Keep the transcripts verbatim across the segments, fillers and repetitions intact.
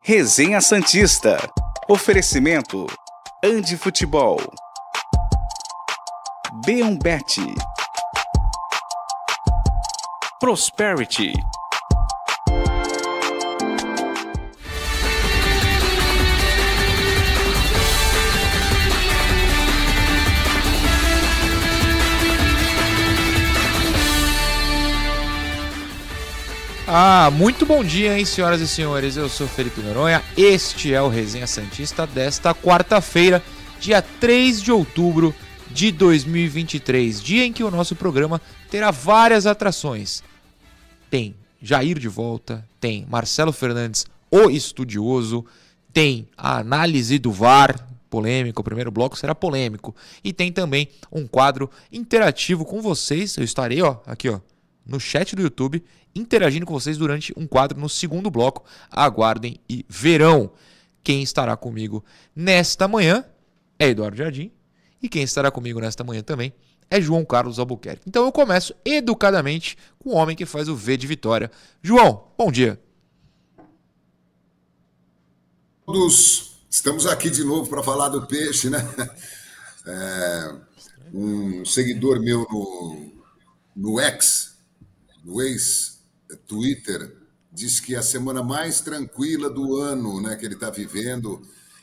Resenha Santista. Oferecimento Andi Futebol, B um Bet, Prosperity. Ah, muito bom dia, hein, senhoras e senhores. Eu sou Felipe Noronha. Este é o Resenha Santista desta quarta-feira, dia três de outubro de dois mil e vinte e três, dia em que o nosso programa terá várias atrações. Tem Jair de volta, tem Marcelo Fernandes, o estudioso, tem a análise do V A R, polêmico, o primeiro bloco será polêmico, e tem também um quadro interativo com vocês. Eu estarei, ó, aqui, ó, no chat do YouTube, interagindo com vocês durante um quadro no segundo bloco. Aguardem e verão. Quem estará comigo nesta manhã é Eduardo Jardim. E quem estará comigo nesta manhã também é João Carlos Albuquerque. Então eu começo educadamente com o homem que faz o V de Vitória. João, bom dia. Todos estamos aqui de novo para falar do peixe, né? É, um seguidor meu no, no X, no ex-Twitter, disse que é a semana mais tranquila do ano, né, que ele está vivendo,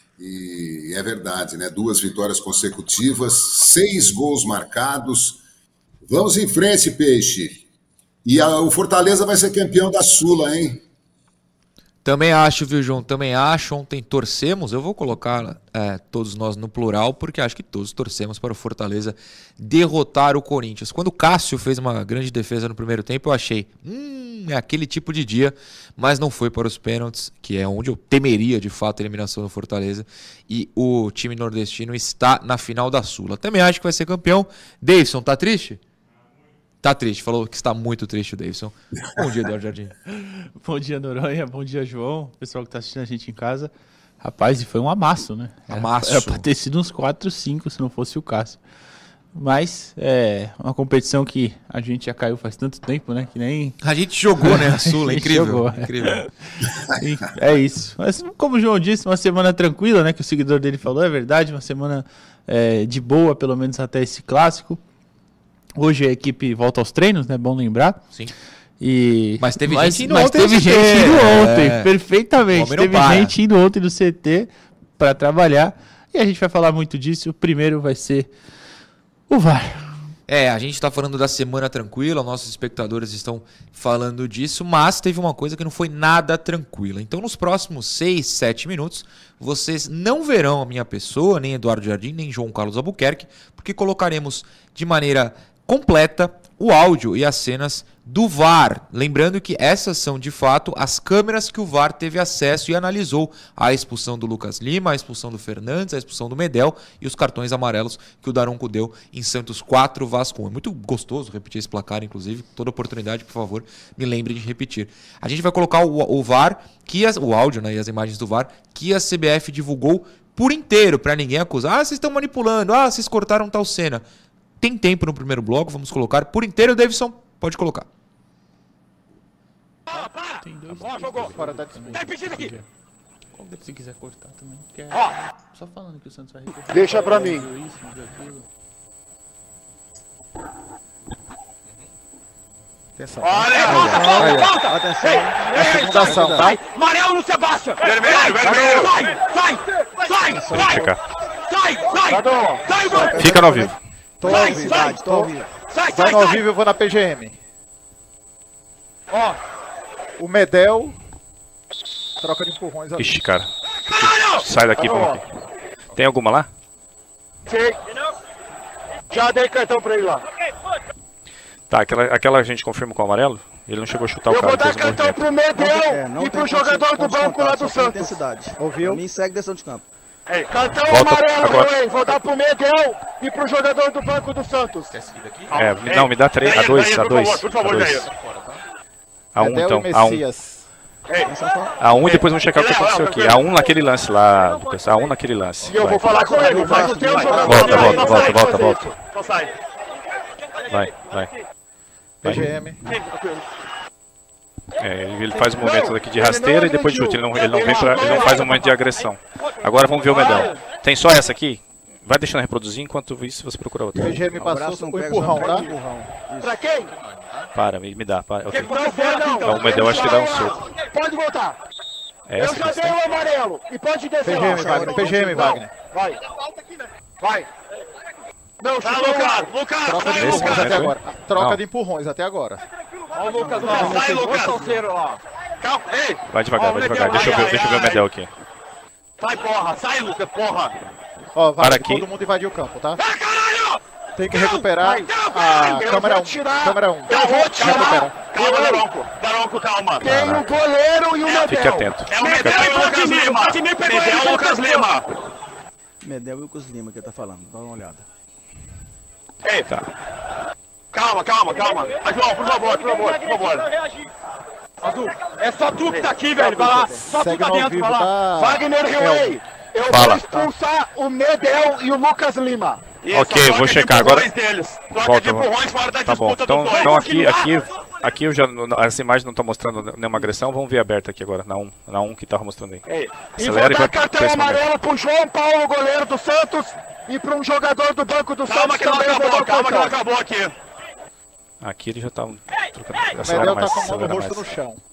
e é verdade, né? Duas vitórias consecutivas, seis gols marcados. Vamos em frente, peixe. E a, o Fortaleza vai ser campeão da Sula, hein? Também acho, viu, João? Também acho. Ontem torcemos, eu vou colocar é, todos nós no plural, porque acho que todos torcemos para o Fortaleza derrotar o Corinthians. Quando o Cássio fez uma grande defesa no primeiro tempo, eu achei, hum, é aquele tipo de dia, mas não foi para os pênaltis, que é onde eu temeria, de fato, a eliminação do Fortaleza. E o time nordestino está na final da Sula. Também acho que vai ser campeão. Davidson, tá triste? Tá triste, falou que está muito triste o Davidson. Bom dia, Eduardo Jardim. Bom dia, Noronha. Bom dia, João. Pessoal que tá assistindo a gente em casa. Rapaz, e foi um amasso, né? Amasso. Era pra ter sido uns quatro, cinco, se não fosse o Cássio. Mas é uma competição que a gente já caiu faz tanto tempo, né? Que nem... A gente jogou, né? A Sula, a incrível. Jogou, incrível. É isso. Mas como o João disse, uma semana tranquila, né? Que o seguidor dele falou, é verdade. Uma semana é, de boa, pelo menos até esse clássico. Hoje a equipe volta aos treinos, né? Bom lembrar. Sim. E... Mas teve mas, gente indo mas ontem teve no gente C T. indo ontem, É. perfeitamente. O homem não Teve para. gente indo ontem no C T para trabalhar. E a gente vai falar muito disso. O primeiro vai ser o V A R. É, a gente tá falando da semana tranquila, nossos espectadores estão falando disso, mas teve uma coisa que não foi nada tranquila. Então, nos próximos seis, sete minutos, vocês não verão a minha pessoa, nem Eduardo Jardim, nem João Carlos Albuquerque, porque colocaremos de maneira completa o áudio e as cenas do V A R. Lembrando que essas são, de fato, as câmeras que o V A R teve acesso e analisou a expulsão do Lucas Lima, a expulsão do Fernandes, a expulsão do Medel e os cartões amarelos que o Daronco deu em Santos quatro, Vasco um. É muito gostoso repetir esse placar, inclusive. Toda oportunidade, por favor, me lembre de repetir. A gente vai colocar o, o V A R, que as, o áudio, né, e as imagens do V A R, que a C B F divulgou por inteiro, para ninguém acusar. Ah, vocês estão manipulando. Ah, vocês cortaram tal cena. Tem tempo no primeiro bloco, vamos colocar por inteiro. Davidson, pode colocar. Tem dois. Ó, jogou. Fora da disputa. Tá impedido aqui. Se quiser cortar também. Que é... Ó. Só falando que o Santos vai recorrer. Deixa pra mim. Viu isso, viu aquilo. Atenção. Olha, Olha, volta! atenção. Ei, É a ei, segunda ação, tá? Sai! Amarelo no Sebastião! Vermelho, vermelho! Sai, sai, sai, sai! Fica. Sai, sai! Sai, mano! Fica no ao vivo. Tô Sai, ao vivo, sai, Vade, tô ao vivo. Sai, Vai sai, no ao sai! vivo, eu vou na P G M. Ó, O Medel. Troca de empurrões ali. Ixi, cara. caralho! Sai daqui, Tá vamos bom. aqui. Tem alguma lá? Sei. Já dei cartão pra ele lá. Tá, aquela, aquela a gente confirma com o amarelo? Ele não chegou a chutar o Eu cara, vou dar fez um cartão movimento. pro É, Medel não e tem pro jogador do pontos de banco lá contato, do só tem Santos. intensidade. Ouviu? Pra mim, segue decisão de campo. Ei, cartão Volta amarelo, agora. hein? Vou dar pro Medel e pro jogador do banco do Santos. É, me- não, me dá três, a dois, a dois. Por favor, a dois. Jair. A um, Medel então, e a um. Messias. A um e depois vamos checar o que aconteceu aqui. A um naquele lance lá, Lucas. A um naquele lance. E eu Vai, vou falar com ele, vai no teu jogador. Volta, Aí, volta, não volta, sai volta, fazer volta. isso. Só sai. vai, vai. P G M. É, ele faz um momento aqui de rasteira e depois de chute. Ele não, ele não, vem pra, ele não faz um momento de agressão. Agora vamos ver o Medel. Tem só essa aqui? Vai deixando reproduzir enquanto isso você procura outra. P G me passou o empurrão, tá? Pra quem? Para, me, me dá. Para. Okay. Não, Então o Medel acho que dá um soco. Pode voltar. É Eu essa já que dei você o amarelo. E pode descer P G M, lá. Wagner. P G M, Wagner. Vai. Vai. Não, Vai, Lucas! Lucas! Troca de Sai, empurrões Lucas! até agora. Troca Não. de empurrões até agora. Ó o Lucas lá. Sai, Lucas! lá. Calma, ei! Vai devagar, Ó, vai o devagar. Medel, Deixa eu ver, ai, deixa eu ver o ai, Medel aqui. Sai, porra! Sai, Lucas, porra! Ó, vai, Para aqui. todo mundo invadiu o campo, tá? Vai, caralho! Tem que recuperar a Eu câmera vou um. tirar. Câmera um. Eu vou tirar. Recupera. Calma, Daronco! Daronco, calma! Tem o goleiro e o Medel. Fique atento. É o Medel e o Lucas Lima! Medel e o Lucas Lima! Medel e Lucas Lima que ele tá falando, dá uma olhada. Eita! Calma, calma, calma! Mas, João, por favor, por favor, por favor! Azul, é só tu que tá aqui, velho. Vai lá. Só tu Segue tá no ao dentro, vivo, vai lá. tá? Wagner Rewey. Eu Fala. vou expulsar o Medel e o Lucas Lima. Isso, Ok, troca vou de checar empurrões agora. Deles. Troca Volta, de empurrões fora da Tá bom. disputa Então, dos dois. então aqui, aqui, aqui eu já, essa imagem não tá mostrando nenhuma agressão. Vamos ver aberta aqui agora, na um, na um que tava mostrando aí. E vou Acelera e vai dar cartão pra esse momento. amarelo pro João Paulo, goleiro do Santos, e para um jogador do banco do Calma Santos que não também. vou dar acabou, o calma que não cartão. acabou aqui. Aqui ele já tá trocando. O Acelera Medel mais, tá com a mão no acelera rosto no mais. chão.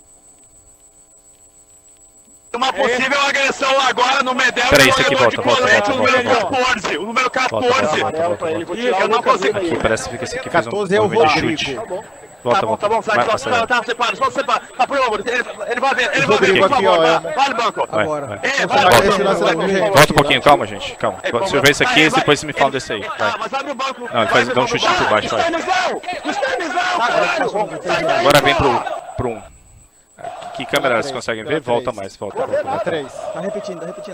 Uma possível agressão agora no Medel. Peraí, e esse aqui jogador de volta, volta, colete, volta, o número volta, volta. quatorze. O número Volta, quatorze. volta, volta, Amarelo volta, pra ele, volta. vou tirar Eu o não Lucas consigo. Lima Aqui aí. parece que esse aqui fez um quatorze é o movimento de Rodrigo. chute. Tá bom. Volta, Tá bom, volta. tá bom, sai, Vai, só, acelera. tá, separa, só separa. Tá, por favor, ele, ele vai ver, ele vai ver, Rodrigo por aqui, favor, ó, vai, é um- vai, banco. Vai, Agora. vai. É, Vai, vai, esse lance vai, é vai, urgente. vai. Volta um pouquinho, calma, gente. Calma. É, Deixa eu ver esse aqui vai, e depois você me fala desse aí. Ah, Vai. mas abre o banco. Não, ele faz, dá um chutinho por baixo, vai. Extermizão! Extermizão, caralho! Sai daí, Agora vem porra! pro, pro um. Que câmera vocês conseguem ver? Volta mais, volta. volta, A volta. três. Tá repetindo, tá repetindo.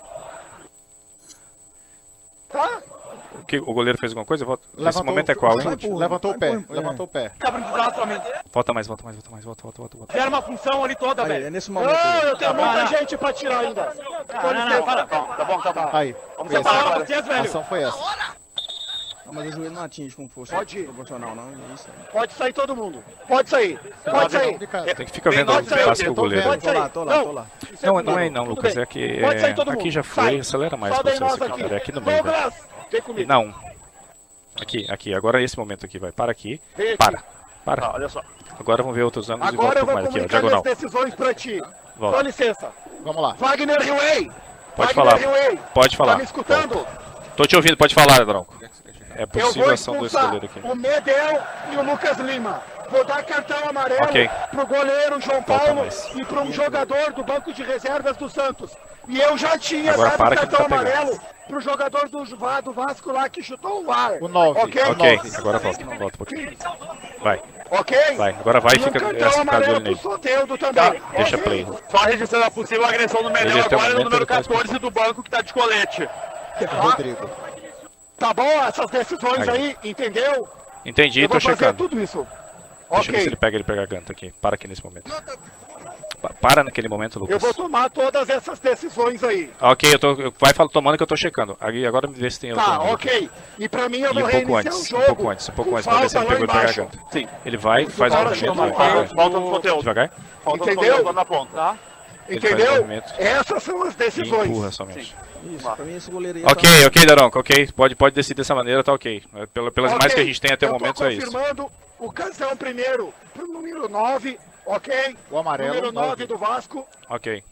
Tá? O, que, o goleiro fez alguma coisa? Volta. Esse Levantou momento é o- qual, o hein? chute. Levantou o pé. Empurra, empurra. Levantou o pé. Cabra de braço também. Volta mais, volta mais, volta mais, volta, volta, volta. volta. Fizeram uma função ali toda, Aí, é velho. nesse momento. Não, aí. eu tenho muita gente pra tirar ainda. Com licença. Tá bom, tá bom, tá bom. Aí. Vamos Foi separar essa. vocês, A velho. ação foi essa. Não, mas o joelho não atinge com força Pode ir. proporcional, não. É isso. Pode sair todo mundo. Pode sair. Pode sair. De cara. Tem que ficar vendo Pode o sair, passe eu pro tô goleiro. Pode Tô sair. lá, tô lá, tô lá. isso é Não, tudo não é bem. não, Tudo Lucas. bem. É que Pode sair é, todo aqui mundo. já foi. Sai. Acelera mais Só o daí processo nós aqui, aqui. cara. É aqui no meio, velho. Douglas, vem comigo. Não. Aqui, aqui. Agora é esse momento aqui, vai. Para aqui. Vem aqui. Para. Para. Tá, olha só. Agora vamos ver outros ângulos e Agora volta eu um vou pouco mais aqui, ó. comunicar minhas Diagonal. decisões pra ti. Volta. Com licença. Vamos lá. Wagner Rewey. Pode Wagner falar. Rewey. Pode falar. Tá me escutando? Tô te ouvindo, pode falar, Dronco. É Eu possível vou a ação desse expulsar goleiro aqui. o Medel e o Lucas Lima. Vou dar cartão amarelo Ok. pro goleiro João Volta Paulo mais. e para um jogador do banco de reservas do Santos. E eu já tinha Agora dado para que cartão não tá pegando. amarelo pro jogador do, Va- do Vasco lá que chutou o ar. O nove. Ok? Ok, agora volta. Volta um pouquinho. Vai, Ok? vai. Agora vai e E um fica cartão essa cara de amarelo olho pro nele. Soteldo também. Deixa Ok? play. Só registrando a possível agressão do Medel Ele até o agora no momento número ele tá quatorze do banco que tá de colete. Rodrigo. Tá bom essas decisões Aí. aí, entendeu? Entendi, Eu tô vou fazer checando. tudo isso. Deixa eu ver se Ok. ele pega ele pega a ganta aqui. Para aqui nesse momento. Pa- Para naquele momento, Eu Lucas. vou tomar todas essas decisões aí. Ok, eu tô. eu- Vai fal- tomando que eu tô checando. Aí, agora me vê se tem outro. Tá, ângulo. ok. E pra mim eu E vou um pouco reiniciar antes, o um jogo. pouco antes, um pouco com antes, pra ver se ele falta pegou lá e pega a embaixo. ganta. Sim. Ele vai, faz um Fala, movimento. chama, vai, vai. Volta no conteúdo. Devagar. Falta no Entendeu? conteúdo lá na ponta. Tá? Ele faz um Entendeu? movimento. Essas são as E decisões. empurra somente. Isso, pra mim esse goleiro aí Ok, tá... ok, Daronco, ok. Pode, pode decidir dessa maneira, tá ok. É, pela- Pelas Ok, imagens que a gente tem até o eu tô momento, é isso. confirmando o Casão primeiro pro número nove, ok? O amarelo, Número nove nove. do Vasco. Ok.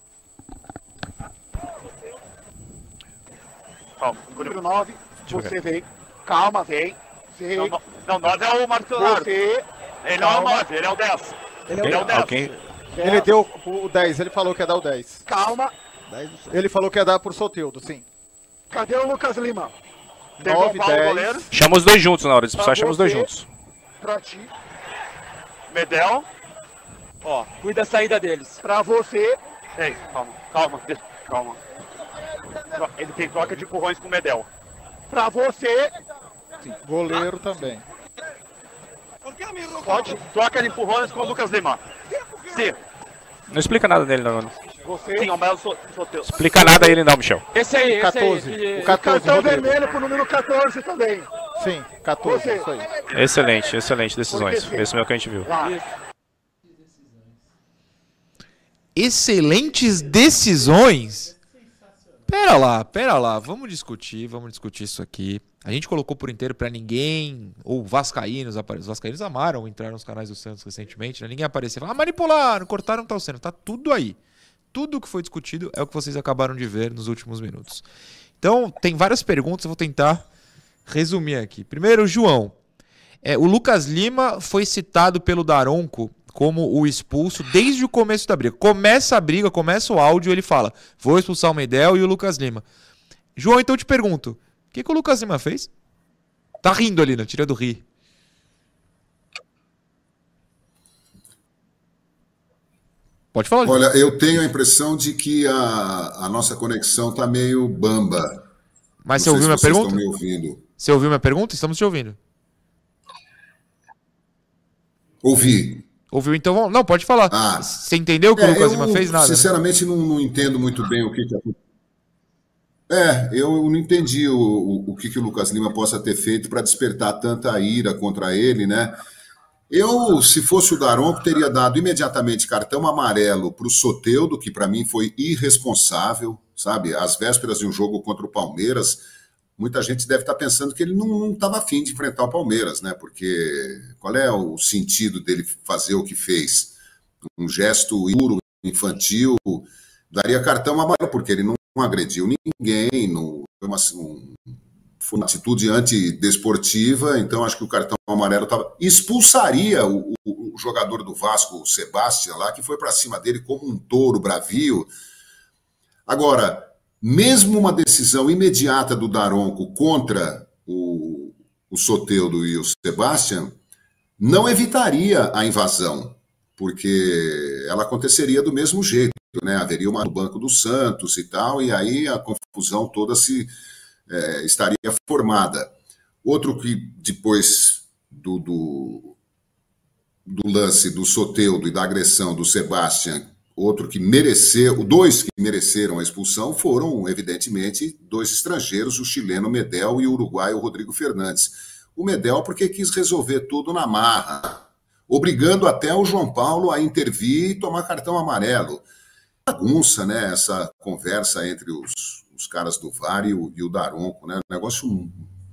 Calma, Número nove, eu você vem. Calma, vem. Vem. Não, não, não, nove é o Marcos Leonardo. Você. Ele não é o Calma. nove, ele é o dez. Ele Alguém, é o dez. alguém, Ele deu o dez, ele falou que ia dar o dez. Calma. dez do Santos. Ele falou que ia dar por Soteldo, sim. Cadê o Lucas Lima? Tem João nove, Paulo, dez. goleiro. chama os dois juntos na hora de expulsar, Pra chama os dois você. juntos. Pra ti. Medel. Ó, cuida da saída deles. Pra você. Ei, calma, calma, deixa- calma. Ele tem troca de empurrões com o Medel. Pra você. Goleiro também. Pode. Troca de empurrões com o Lucas Lima. Sim, Não explica nada dele, não. Não Você. sim, é o Melo so, Soteldo. explica nada a ele, não, Michel. Esse aí, esse quatorze. aí. O quatorze, Cartão Rodrigo. vermelho pro número quatorze também. Sim, quatorze, Você. isso aí. Excelente, excelente decisões. Porque sim. Esse mesmo que a gente viu. Lá. Excelentes decisões? Pera lá, pera lá. Vamos discutir, vamos discutir isso aqui. A gente colocou por inteiro pra ninguém, ou vascaínos aparecer. Os vascaínos amaram entrar nos canais do Santos recentemente, né? Ninguém apareceu. Ah, manipularam, cortaram tal cena. Tá tudo aí. Tudo que foi discutido é o que vocês acabaram de ver nos últimos minutos. Então, tem várias perguntas, eu vou tentar resumir aqui. Primeiro, João. É, o Lucas Lima foi citado pelo Daronco como o expulso desde o começo da briga. Começa a briga, começa o áudio, ele fala, vou expulsar o Medel e o Lucas Lima. João, então eu te pergunto, o que, que o Lucas Lima fez? Tá rindo ali, né? Tirando rir. Pode falar. Olha, eu tenho a impressão de que a, a nossa conexão tá meio bamba. Mas você ouviu minha pergunta? Estão me ouvindo. Você ouviu minha pergunta? Estamos te ouvindo. Ouvi. Ouviu, então vamos... Não, pode falar. Ah, você entendeu o que é, o Lucas eu, Lima fez? Nada. Sinceramente, né? não, não entendo muito bem o que que É, eu não entendi o, o, o que, que o Lucas Lima possa ter feito para despertar tanta ira contra ele, né? Eu, se fosse o Daronco, teria dado imediatamente cartão amarelo para o Soteldo, que para mim foi irresponsável, sabe? Às vésperas de um jogo contra o Palmeiras, muita gente deve estar pensando que ele não estava afim de enfrentar o Palmeiras, né? Porque qual é o sentido dele fazer o que fez? Um gesto impuro, infantil, daria cartão amarelo, porque ele não agrediu ninguém, não foi uma, um, foi uma atitude antidesportiva, então acho que o cartão amarelo tava, expulsaria o, o, o jogador do Vasco, o Sebastião, lá, que foi para cima dele como um touro bravio. Agora, mesmo uma decisão imediata do Daronco contra o, o Soteldo e o Sebastião não evitaria a invasão, porque ela aconteceria do mesmo jeito. Né, haveria uma no Banco do Santos e tal, e aí a confusão toda se é, estaria formada. Outro que depois do, do, do lance do Soteldo e da agressão do Sebastião, outro que mereceu, dois que mereceram a expulsão foram, evidentemente, dois estrangeiros, o chileno Medel e o uruguaio Rodrigo Fernandes. O Medel porque quis resolver tudo na marra, obrigando até o João Paulo a intervir e tomar cartão amarelo. Bagunça, né, essa conversa entre os, os caras do V A R e o, e o Daronco, né, um negócio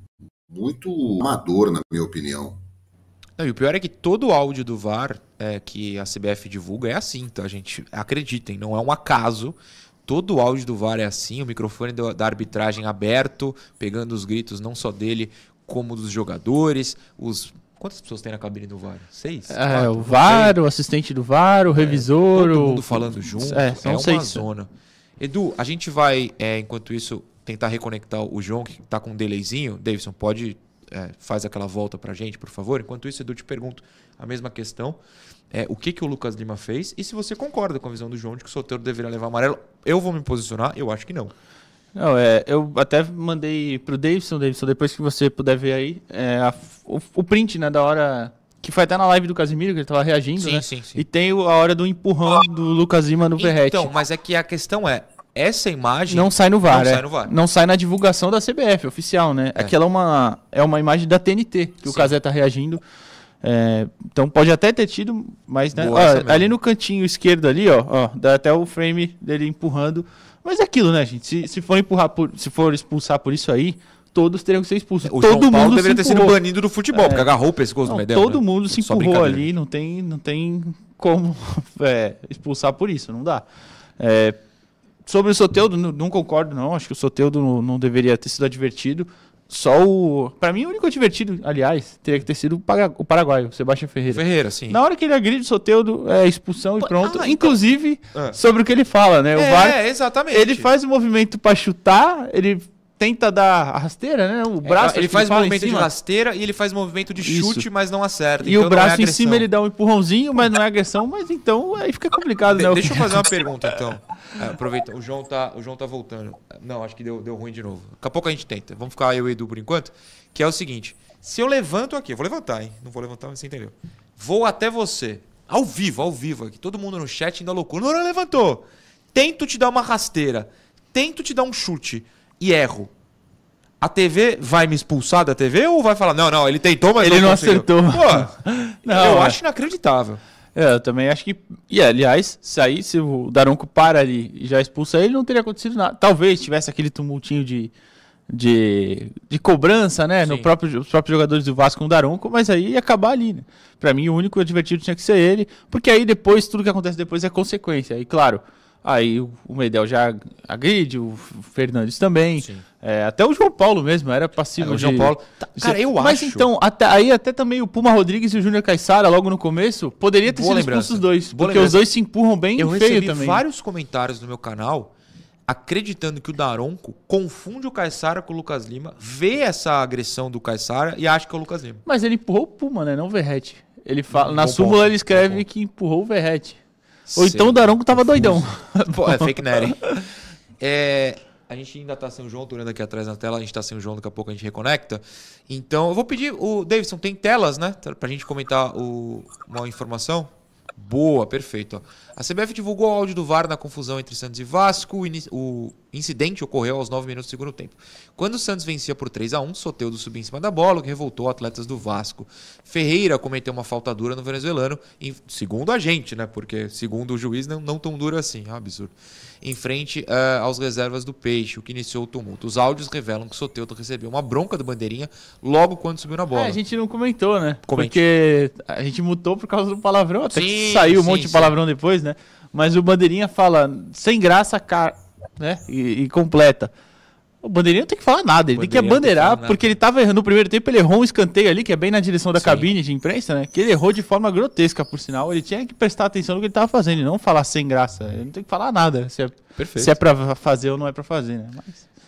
muito amador, na minha opinião. Não, e o pior é que todo o áudio do V A R é, que a C B F divulga é assim, tá, gente? Acreditem, não é um acaso. Todo o áudio do V A R é assim, o microfone do, da arbitragem aberto, pegando os gritos não só dele, como dos jogadores, os... Quantas pessoas tem na cabine do V A R? Seis? É, quatro, o V A R, o assistente do V A R, o revisor... É, todo o... mundo falando junto, é, são é uma seis. zona. Edu, a gente vai, é, enquanto isso, tentar reconectar o João, que está com um delayzinho. Davidson, pode... É, faz aquela volta pra gente, por favor. Enquanto isso, Edu, te pergunto a mesma questão. É, o que, que o Lucas Lima fez e se você concorda com a visão do João de que o Soteldo deveria levar amarelo. Eu vou me posicionar, eu acho que não. Não, é, eu até mandei pro Davidson, Davidson, depois que você puder ver aí, é, a, o, o print, né, da hora, que foi até na live do Casimiro, que ele tava reagindo, sim, né? Sim, sim. E tem o, a hora do empurrão do Lucas Lima no Verratti. Então, mas é que a questão é, essa imagem... Não sai no V A R, não é. sai no V A R. Não sai na divulgação da C B F, oficial, né? É. Aquela é uma, é uma imagem da T N T, que Sim. o Casé tá reagindo. É, então pode até ter tido, mas né, Boa, ó, ali no cantinho esquerdo ali, ó, ó, dá até o frame dele empurrando. Mas é aquilo, né, gente? Se, se for empurrar por, se for expulsar por isso aí, todos teriam que ser expulsos. O todo João Paulo mundo deveria ter sido empurrou. banido do futebol, É. porque agarrou o pescoço Não, do Medel. todo né? mundo se Só empurrou brincadeira. ali, não tem, não tem como é, expulsar por isso, não dá. É, sobre o Soteldo, não, não concordo não, acho que o Soteldo não, não deveria ter sido advertido. Só o... Pra mim, o único advertido, aliás, teria que ter sido o, Paga... o paraguaio, o Sebastião Ferreira. Ferreira, sim. Na hora que ele agride o Soteldo, é expulsão e pronto. ah, Inclusive, então- sobre o que ele fala, né? O É, V A R, exatamente. ele faz o movimento pra chutar, ele tenta dar a rasteira, né? O braço, É, ele acho que faz fala em movimento de cima. rasteira e ele faz movimento de Isso. chute, mas não acerta. E então o não é braço em agressão. cima ele dá um empurrãozinho, mas não é agressão. Mas então aí fica complicado, De- né? Deixa eu fazer uma pergunta, então. É, aproveita, o João tá, o João tá voltando. Não, acho que deu, deu ruim de novo. Daqui a pouco a gente tenta. Vamos ficar eu e o Edu por enquanto. Que é o seguinte. Se eu levanto aqui, eu vou levantar, hein? Não vou levantar, mas você entendeu. Vou até você. Ao vivo, ao vivo aqui. Todo mundo no chat ainda loucura. Não, não levantou. Tento te dar uma rasteira. Tento te dar um chute. E erro. A T V vai me expulsar da T V ou vai falar, não, não, ele tentou, mas Ele não conseguiu? acertou. Pô, Não, eu é. acho inacreditável. É, eu também acho que... E, aliás, se aí, se o Daronco para ali e já expulsa ele, não teria acontecido nada. Talvez tivesse aquele tumultinho de, de, de cobrança, né? No próprio, os próprios jogadores do Vasco com o Daronco, mas aí ia acabar ali, né? Pra mim, o único advertido tinha que ser ele, porque aí depois, tudo que acontece depois é consequência. E claro, aí o, o Medel já agride, o Fernandes também. É, até o João Paulo mesmo era passivo. É, o de... João Paulo... Cara, eu Mas acho... então, até, aí até também o Puma Rodrigues e o Júnior Caissara, logo no começo, poderia ter Boa sido lembrança. expulsos os dois. Boa porque lembrança. os dois se empurram bem Eu feio recebi também. vários comentários no meu canal acreditando que o Daronco confunde o Caissara com o Lucas Lima, vê essa agressão do Caissara e acha que é o Lucas Lima. Mas ele empurrou o Puma, né? Não o Verrete. Ele fala, na Bom súmula ponto, ele escreve que empurrou o Verrete. Ou então o Daronco tava doidão. Pô, é fake news, hein? É, a gente ainda tá sem o João, tô olhando aqui atrás na tela, a gente tá sem o João, daqui a pouco a gente reconecta. Então, eu vou pedir, o Davidson, tem telas, né? Pra gente comentar o, uma informação? Boa, perfeito. Ó. A C B F divulgou o áudio do V A R na confusão entre Santos e Vasco. O, inici- o incidente ocorreu aos nove minutos do segundo tempo. Quando o Santos vencia por três a um, Soteldo subiu em cima da bola, o que revoltou atletas do Vasco. Ferreira cometeu uma falta dura no venezuelano, em, segundo a gente, né? Porque segundo o juiz, não, não tão dura assim, é um absurdo. Em frente uh, aos reservas do Peixe, o que iniciou o tumulto. Os áudios revelam que Soteldo recebeu uma bronca do Bandeirinha logo quando subiu na bola. É, a gente não comentou, né? Comente. Porque a gente mutou por causa do palavrão, até Sim, que saiu um sim, monte de sim. palavrão depois, né? Mas o Bandeirinha fala sem graça, cara, né? E, e completa. O Bandeirinha não tem que falar nada, ele tem que Bandeirinha não tem que abandeirar, falar nada. porque ele tava errando no primeiro tempo, ele errou um escanteio ali, que é bem na direção da Sim. cabine de imprensa, né? Que ele errou de forma grotesca, por sinal. Ele tinha que prestar atenção no que ele tava fazendo e não falar sem graça. Ele não tem que falar nada, se é, Perfeito. se é pra fazer ou não é pra fazer, né?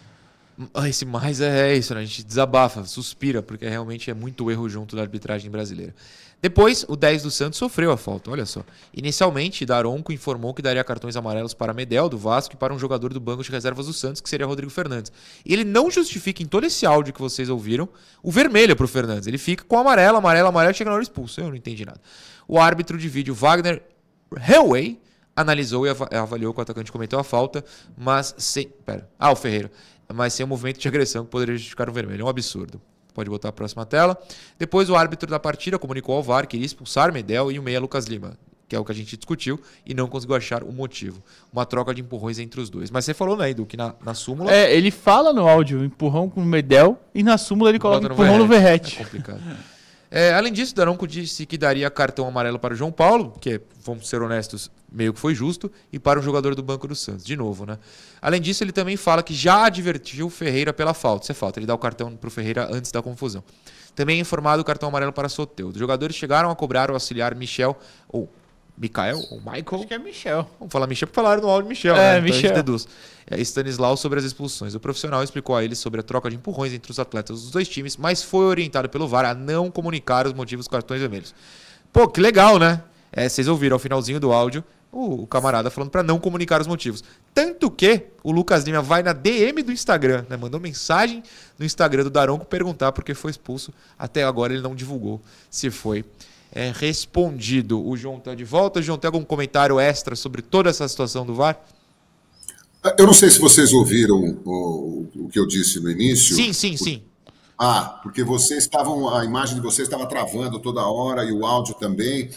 Mas... Esse mais é isso, né? A gente desabafa, suspira, porque realmente é muito erro junto da arbitragem brasileira. Depois, o dez do Santos sofreu a falta, olha só. Inicialmente, Daronco informou que daria cartões amarelos para Medel, do Vasco, e para um jogador do banco de reservas do Santos, que seria Rodrigo Fernandes. E ele não justifica, em todo esse áudio que vocês ouviram, o vermelho para o Fernandes. Ele fica com amarelo, amarelo, amarelo, chega na hora expulso. Eu não entendi nada. O árbitro de vídeo, Wagner Hellway, analisou e ava- avaliou que o atacante cometeu a falta, mas sem... Pera. Ah, o Ferreira. Mas sem o movimento de agressão que poderia justificar o vermelho. É um absurdo. Pode botar a próxima tela. Depois o árbitro da partida comunicou ao V A R que iria expulsar Medel e o meia Lucas Lima, que é o que a gente discutiu, e não conseguiu achar o motivo. Uma troca de empurrões entre os dois. Mas você falou, né, Edu, que na, na súmula... É, ele fala no áudio empurrão com o Medel e na súmula ele coloca bota empurrão no Verrete. É complicado. É, além disso, Daronco disse que daria cartão amarelo para o João Paulo, que, vamos ser honestos, meio que foi justo, e para um jogador do Banco do Santos, de novo, né? Além disso, ele também fala que já advertiu o Ferreira pela falta. Isso é falta, ele dá o cartão para o Ferreira antes da confusão. Também é informado o cartão amarelo para Soteldo. Os jogadores chegaram a cobrar o auxiliar Michel, ou Mikael, ou Michael. Acho que é Michel. Vamos falar Michel, porque falaram no áudio Michel, É, né? Então a Michel. gente deduz. É, Stanislau sobre as expulsões. O profissional explicou a eles sobre a troca de empurrões entre os atletas dos dois times, mas foi orientado pelo V A R a não comunicar os motivos dos cartões vermelhos. Pô, que legal, né? É, vocês ouviram ao finalzinho do áudio o, o camarada falando para não comunicar os motivos. Tanto que o Lucas Lima vai na D M do Instagram, né? Mandou mensagem no Instagram do Daronco perguntar por que foi expulso. Até agora ele não divulgou se foi é, respondido. O João tá de volta. João, tem algum comentário extra sobre toda essa situação do V A R? Eu não sei se vocês ouviram o, o que eu disse no início. Sim, sim, sim. Ah, porque vocês estavam, a imagem de vocês estava travando toda hora e o áudio também.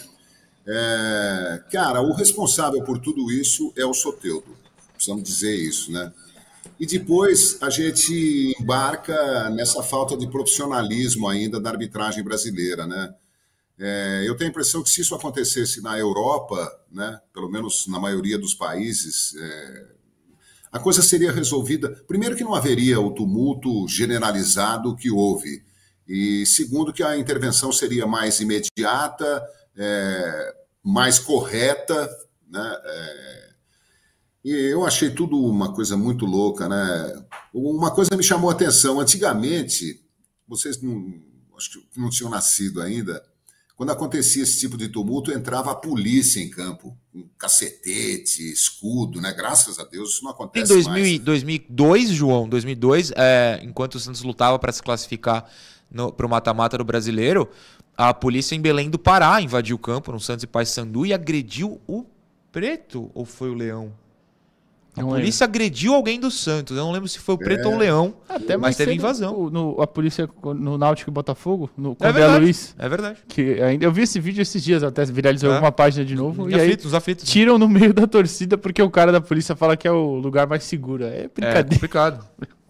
É, cara, o responsável por tudo isso é o Soteldo. Precisamos dizer isso, né? E depois a gente embarca nessa falta de profissionalismo ainda da arbitragem brasileira, né? É, eu tenho a impressão que se isso acontecesse na Europa, né, pelo menos na maioria dos países, é, a coisa seria resolvida. Primeiro, que não haveria o tumulto generalizado que houve. E segundo, que a intervenção seria mais imediata, é, mais correta, né? É, e eu achei tudo uma coisa muito louca, né? Uma coisa me chamou a atenção. Antigamente, vocês não, acho que não tinham nascido ainda. Quando acontecia esse tipo de tumulto, entrava a polícia em campo, um cacetete, escudo, né? Graças a Deus isso não Em acontece dois mil, mais. dois mil e dois, João, dois mil e dois, é, enquanto o Santos lutava para se classificar para o mata-mata do Brasileiro, a polícia em Belém do Pará invadiu o campo no Santos e Paysandu e agrediu o Preto, ou foi o Leão? A polícia agrediu alguém do Santos. Eu não lembro se foi o Preto É. ou o Leão, Até mas mais teve cedo, invasão. o- No, a polícia no Náutico e Botafogo, no É Condé verdade, Luiz. é verdade. Que ainda, eu vi esse vídeo esses dias, até viralizou É. alguma página de novo. Os e aí aflitos, os aflitos. tiram no meio da torcida porque o cara da polícia fala que é o lugar mais seguro. É É brincadeira. complicado.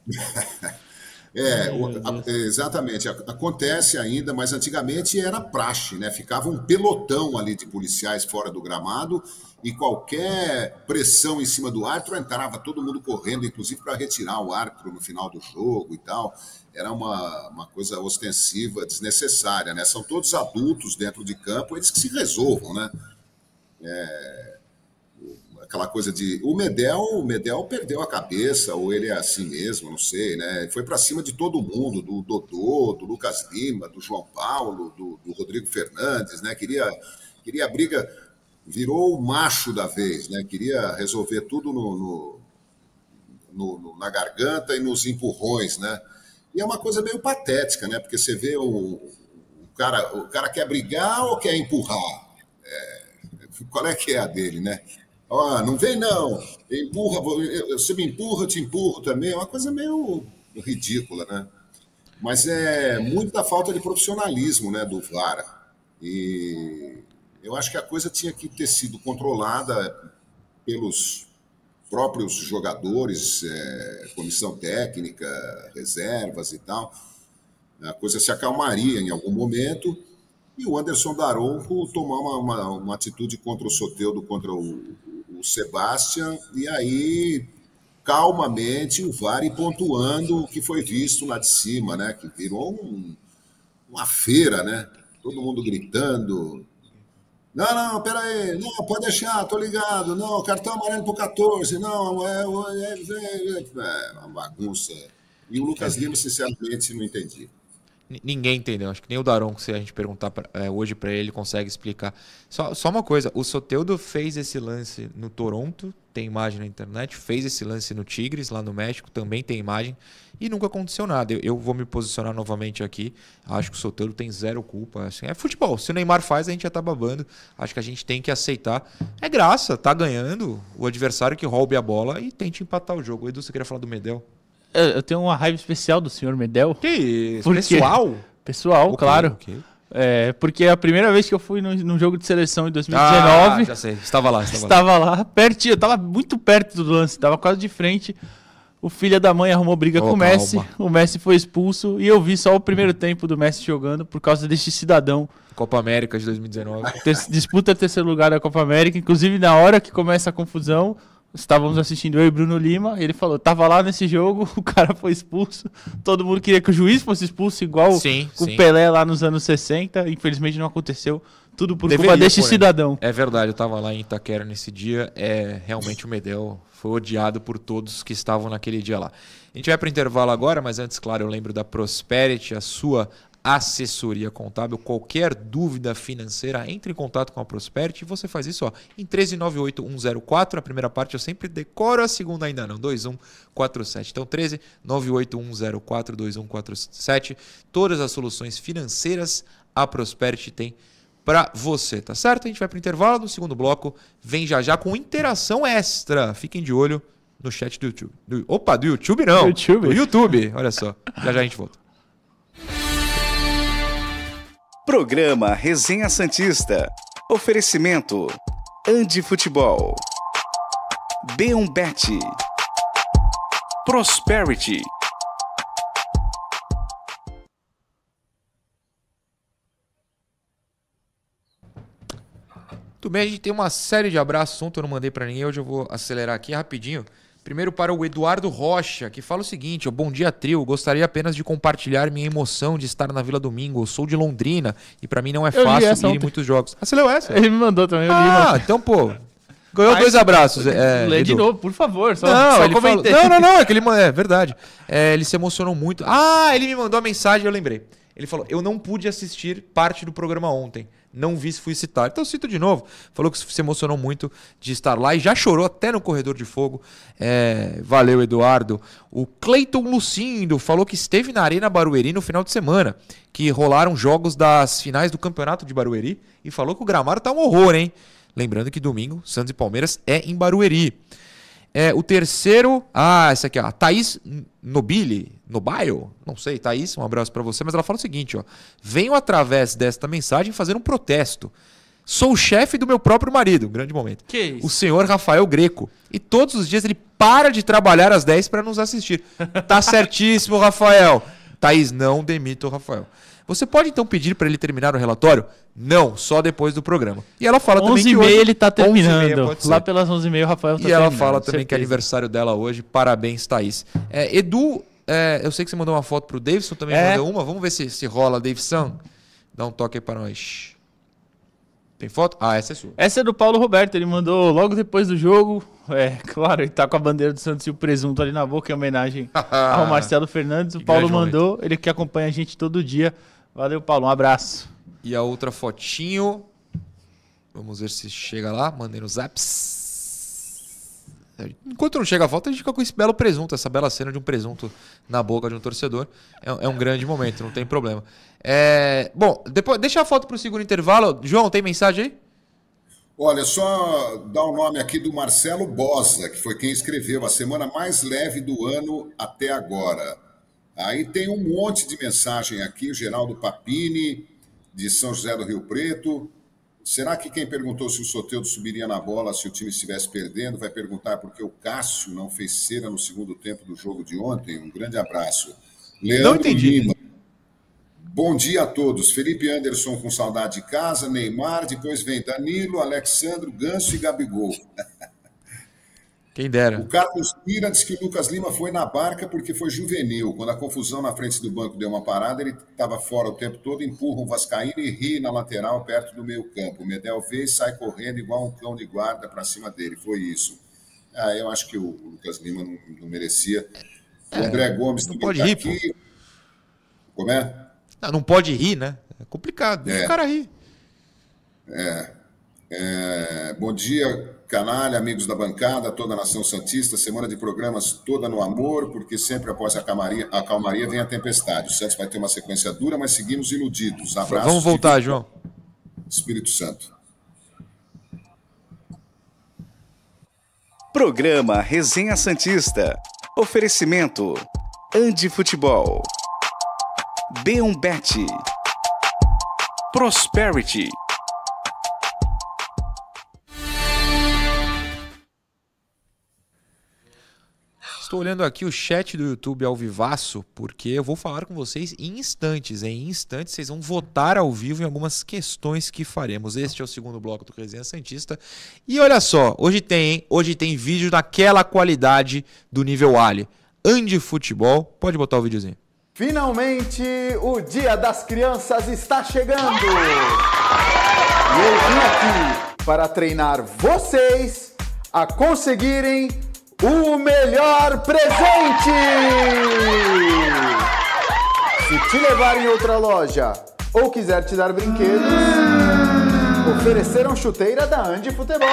É, o- a- exatamente. A- Acontece ainda, mas antigamente era praxe, né? Ficava um pelotão ali de policiais fora do gramado e qualquer pressão em cima do árbitro entrava todo mundo correndo, inclusive para retirar o árbitro no final do jogo e tal. Era uma, uma coisa ostensiva, desnecessária, né? São todos adultos dentro de campo, eles que se resolvam, né? É, aquela coisa de... O Medel, o Medel perdeu a cabeça, ou ele é assim mesmo, não sei, né? Foi para cima de todo mundo, do Dodô, do Lucas Lima, do João Paulo, do, do Rodrigo Fernandes, né? Queria, queria briga, virou o macho da vez, né? Queria resolver tudo no, no, no- no- na garganta e nos empurrões, né? E é uma coisa meio patética, né? Porque você vê o, o cara, o cara quer brigar ou quer empurrar? É, qual é que é a dele, né? Ó, não vem não, empurra, você me empurra, eu te empurro também, é uma coisa meio ridícula, né? Mas é muita falta de profissionalismo, né, do V A R. E eu acho que a coisa tinha que ter sido controlada pelos próprios jogadores, é, comissão técnica, reservas e tal. A coisa se acalmaria em algum momento e o Anderson Daronco tomar uma, uma, uma atitude contra o Soteldo, contra o, o Sebastian, e aí, calmamente, o V A R ir pontuando o que foi visto lá de cima, né? Que virou um- uma feira, né? Todo mundo gritando. Não, não, peraí, não, pode deixar, tô ligado. Não, cartão amarelo pro catorze, não, é, é, é, é, é uma bagunça. E o Lucas Lima, sinceramente, não entendi. N- Ninguém entendeu. Acho que nem o Daronco, se a gente perguntar pra- é, hoje pra ele, consegue explicar. Só, só uma coisa, o Soteldo fez esse lance no Toronto, tem imagem na internet, fez esse lance no Tigres, lá no México, também tem imagem, e nunca aconteceu nada. Eu, eu vou me posicionar novamente aqui, acho que o Soteldo tem zero culpa. Assim, é futebol, se o Neymar faz, a gente já tá babando. Acho que a gente tem que aceitar. É graça, tá ganhando o adversário que roube a bola e tente empatar o jogo. Edu, você queria falar do Medel? Eu, eu tenho uma raiva especial do senhor Medel. Que isso? Por quê? Pessoal? Pessoal, Ok, claro. ok. É, porque a primeira vez que eu fui num, num jogo de seleção em dois mil e Ah, dezenove, já sei. Estava lá, estava, lá. estava lá, pertinho, eu tava muito perto do lance, tava quase de frente. O filho da mãe arrumou briga Oh, com o Messi, calma. o Messi foi expulso e eu vi só o primeiro tempo do Messi jogando por causa deste cidadão. Copa América de dois mil e dezenove. Ter- disputa terceiro lugar da Copa América, inclusive na hora que começa a confusão, estávamos assistindo eu e Bruno Lima, ele falou, tava lá nesse jogo, o cara foi expulso, todo mundo queria que o juiz fosse expulso igual Sim, o sim. Pelé lá nos anos sessenta, infelizmente não aconteceu, tudo por Deveria, culpa deste porém. cidadão. É verdade, eu tava lá em Itaquera nesse dia. É, realmente o Medel foi odiado por todos que estavam naquele dia lá. A gente vai para o intervalo agora, mas antes, claro, eu lembro da Prosperity, a sua assessoria contábil. Qualquer dúvida financeira, entre em contato com a Prosperity e você faz isso ó, em um três nove oito um zero quatro. A primeira parte eu sempre decoro, a segunda ainda não. dois um quatro sete. Então, um três nove oito um zero quatro dois um quatro sete. Todas as soluções financeiras a Prosperity tem para você, tá certo? A gente vai para o intervalo. No segundo bloco, vem já já com interação extra. Fiquem de olho no chat do YouTube. Do, opa, do YouTube não. YouTube. Do YouTube. Olha só. Já já a gente volta. Programa Resenha Santista. Oferecimento Andi Futebol. B um Bet. Prosperity. Tudo bem, a gente tem uma série de abraços. Ontem eu não mandei para ninguém, hoje eu vou acelerar aqui rapidinho. Primeiro para o Eduardo Rocha, que fala o seguinte: ó, bom dia, trio. Gostaria apenas de compartilhar minha emoção de estar na Vila Domingo. Eu sou de Londrina e para mim não é Eu li fácil essa ir em ontem. muitos jogos. Ah, você leu essa? Ele me mandou também, eu li, Ah, mano. então, pô. Ganhou dois abraços. É, Lê de Edu. novo, por favor, só, Não, só ele falou- comentei. não, não, não, é que ele ma- é verdade. É, ele se emocionou muito. Ah, ele me mandou a mensagem, eu lembrei. Ele falou: eu não pude assistir parte do programa ontem. Não vi se fui citar. Então eu cito de novo. Falou que se emocionou muito de estar lá e já chorou até no Corredor de Fogo. É, valeu, Eduardo. O Cleiton Lucindo falou que esteve na Arena Barueri no final de semana, que rolaram jogos das finais do Campeonato de Barueri e falou que o gramado tá um horror, hein? Lembrando que domingo, Santos e Palmeiras é em Barueri. É, o terceiro... Ah, essa aqui, ó. Thaís Nobile. Nobile? Não sei, Thaís, um abraço para você. Mas ela fala o seguinte, ó. Venho através desta mensagem fazer um protesto. Sou o chefe do meu próprio marido. Um grande momento. Que isso? O senhor Rafael Greco. E todos os dias ele para de trabalhar às dez para nos assistir. Tá certíssimo, Rafael. Thaís, não demita o Rafael. Você pode então pedir para ele terminar o relatório? Não, só depois do programa. E ela fala também que onze e meia hoje... ele tá terminando. onze e meia Lá pelas onze e meia o Rafael tá E ela terminando, fala também certeza. que é aniversário dela hoje. Parabéns, Thaís. É, Edu, é, eu sei que você mandou uma foto pro Davidson, também É. mandou uma. Vamos ver se, se rola, Davidson. Dá um toque aí para nós. Tem foto? Ah, essa é sua. Essa é do Paulo Roberto, ele mandou logo depois do jogo. É, claro, ele tá com a bandeira do Santos e o presunto ali na boca, em homenagem ao Marcelo Fernandes. O Que Paulo grande mandou, ele que acompanha a gente todo dia. Valeu, Paulo, um abraço. E a outra fotinho. Vamos ver se chega lá. Mandei no zaps. Enquanto não chega a foto, a gente fica com esse belo presunto, essa bela cena de um presunto na boca de um torcedor. É, é um grande momento, não tem problema. É, bom, depois, deixa a foto para o segundo intervalo. João, tem mensagem aí? Olha, só dar o nome aqui do Marcelo Bosa, que foi quem escreveu a semana mais leve do ano até agora. Aí tem um monte de mensagem aqui, o Geraldo Papini, de São José do Rio Preto. Será que quem perguntou se o Soteldo subiria na bola se o time estivesse perdendo vai perguntar por que o Cássio não fez cera no segundo tempo do jogo de ontem? Um grande abraço. Leandro Não entendi. Lima. Bom dia a todos. Felipe Anderson com saudade de casa, Neymar, depois vem Danilo, Alexandro, Ganso e Gabigol. Quem dera. O Carlos Pira diz que o Lucas Lima foi na barca porque foi juvenil. Quando a confusão na frente do banco deu uma parada, ele estava fora o tempo todo, empurra um vascaíno e ri na lateral perto do meio campo. O Medel vê e sai correndo igual um cão de guarda para cima dele. Foi isso. Ah, eu acho que o Lucas Lima não, não merecia. O André Gomes não também pode tá rir, aqui. Como é? Não, não pode rir, né? É complicado. Deixa É. o cara rir. É, é, bom dia, canalha, amigos da bancada, toda a nação santista, semana de programas toda no amor, porque sempre após a calmaria, a calmaria vem a tempestade. O Santos vai ter uma sequência dura, mas seguimos iludidos. Abraços. Vamos voltar, de João. Espírito Santo. Programa Resenha Santista. Oferecimento Andi Futebol. B um Bet. Prosperity. Estou olhando aqui o chat do YouTube ao vivaço, porque eu vou falar com vocês em instantes. Em instantes, vocês vão votar ao vivo em algumas questões que faremos. Este é o segundo bloco do Resenha Santista. E olha só, hoje tem, hein? Hoje tem vídeo daquela qualidade do nível Ali. Andi Futebol. Pode botar o videozinho. Finalmente, o Dia das Crianças está chegando! E eu vim aqui para treinar vocês a conseguirem o melhor presente! Se te levar em outra loja ou quiser te dar brinquedos, ofereceram chuteira da Andi Futebol.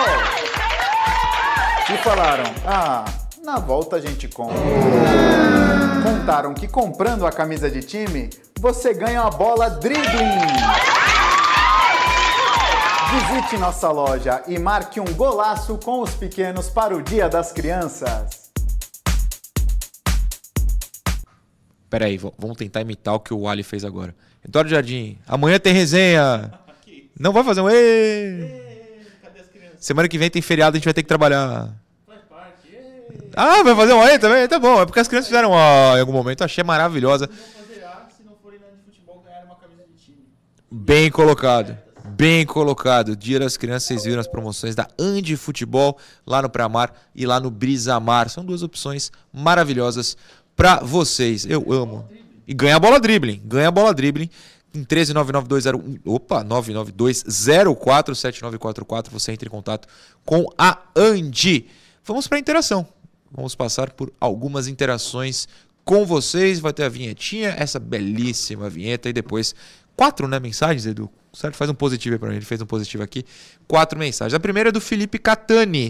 E falaram, ah, na volta a gente compra. Contaram que comprando a camisa de time, você ganha uma bola dribbling. Visite nossa loja e marque um golaço com os pequenos para o Dia das Crianças. Pera aí, v- vamos tentar imitar o que o Ali fez agora. Eduardo Jardim, amanhã tem resenha. Não vai fazer um ê. Semana que vem tem feriado, a gente vai ter que trabalhar. Ah, vai fazer um aí também? Tá bom, é porque as crianças fizeram uma, em algum momento, eu achei maravilhosa. Bem colocado, bem colocado. Dia das Crianças, vocês viram as promoções da Andi Futebol lá no Pramar e lá no Brisamar. São duas opções maravilhosas pra vocês. Eu amo. E ganha a bola dribbling, ganha a bola dribbling. Em treze nove nove dois zero um, opa, nove nove dois zero quatro sete nove quatro quatro, você entra em contato com a Andi. Vamos para a interação. Vamos passar por algumas interações com vocês. Vai ter a vinhetinha, essa belíssima vinheta. E depois, quatro né, mensagens, Edu. Certo? Faz um positivo aí pra mim. Ele fez um positivo aqui. Quatro mensagens. A primeira é do Felipe Catani.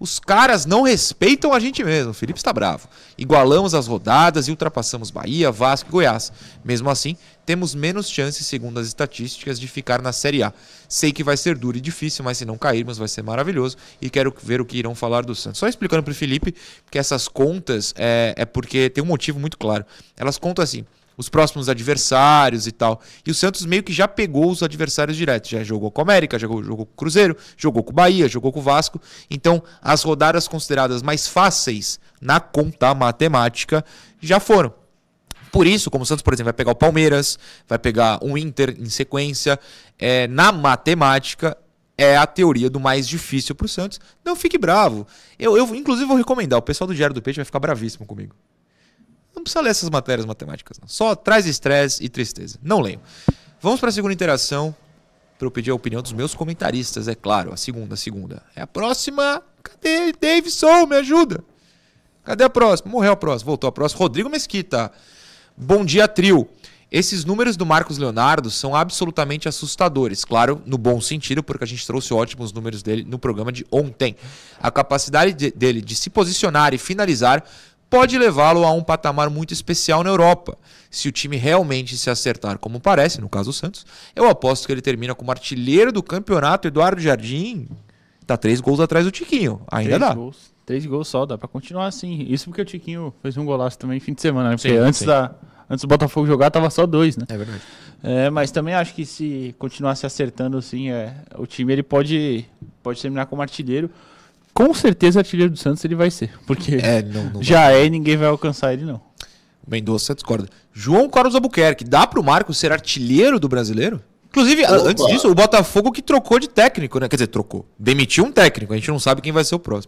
Os caras não respeitam a gente mesmo. O Felipe está bravo. Igualamos as rodadas e ultrapassamos Bahia, Vasco e Goiás. Mesmo assim, temos menos chances, segundo as estatísticas, de ficar na Série A. Sei que vai ser duro e difícil, mas se não cairmos vai ser maravilhoso. E quero ver o que irão falar do Santos. Só explicando para o Felipe que essas contas é, é porque tem um motivo muito claro. Elas contam assim, os próximos adversários e tal. E o Santos meio que já pegou os adversários diretos. Já jogou com o América, já jogou, jogou com o Cruzeiro, jogou com o Bahia, jogou com o Vasco. Então, as rodadas consideradas mais fáceis na conta matemática já foram. Por isso, como o Santos, por exemplo, vai pegar o Palmeiras, vai pegar um Inter em sequência, é, na matemática é a teoria do mais difícil para o Santos. Não fique bravo. Eu, eu, inclusive, vou recomendar. O pessoal do Diário do Peixe vai ficar bravíssimo comigo. Não precisa ler essas matérias matemáticas, não. Só traz estresse e tristeza. Não leiam. Vamos para a segunda interação, para eu pedir a opinião dos meus comentaristas, é claro. A segunda, a segunda. É a próxima. Cadê? Davidson, me ajuda. Cadê a próxima? Morreu a próxima. Voltou a próxima. Rodrigo Mesquita. Bom dia, trio. Esses números do Marcos Leonardo são absolutamente assustadores. Claro, no bom sentido, porque a gente trouxe ótimos números dele no programa de ontem. A capacidade de, dele de se posicionar e finalizar pode levá-lo a um patamar muito especial na Europa. Se o time realmente se acertar como parece, no caso o Santos, eu aposto que ele termina como artilheiro do campeonato. Eduardo Jardim tá três gols atrás do Tiquinho. Ainda três dá. Gols, três gols só, dá pra continuar assim. Isso porque o Tiquinho fez um golaço também fim de semana, né? Porque Sim, antes, sim. Da, antes do Botafogo jogar tava só dois, né? É verdade. É, mas também acho que se continuar se acertando assim, é, o time ele pode, pode terminar como artilheiro. Com certeza artilheiro do Santos ele vai ser. Porque É, não, não já vai. é e ninguém vai alcançar ele, não. O Mendonça discorda. João Carlos Albuquerque, dá pro Marcos ser artilheiro do brasileiro? Inclusive, Opa. antes disso, o Botafogo que trocou de técnico, né? Quer dizer, trocou. Demitiu um técnico, a gente não sabe quem vai ser o próximo.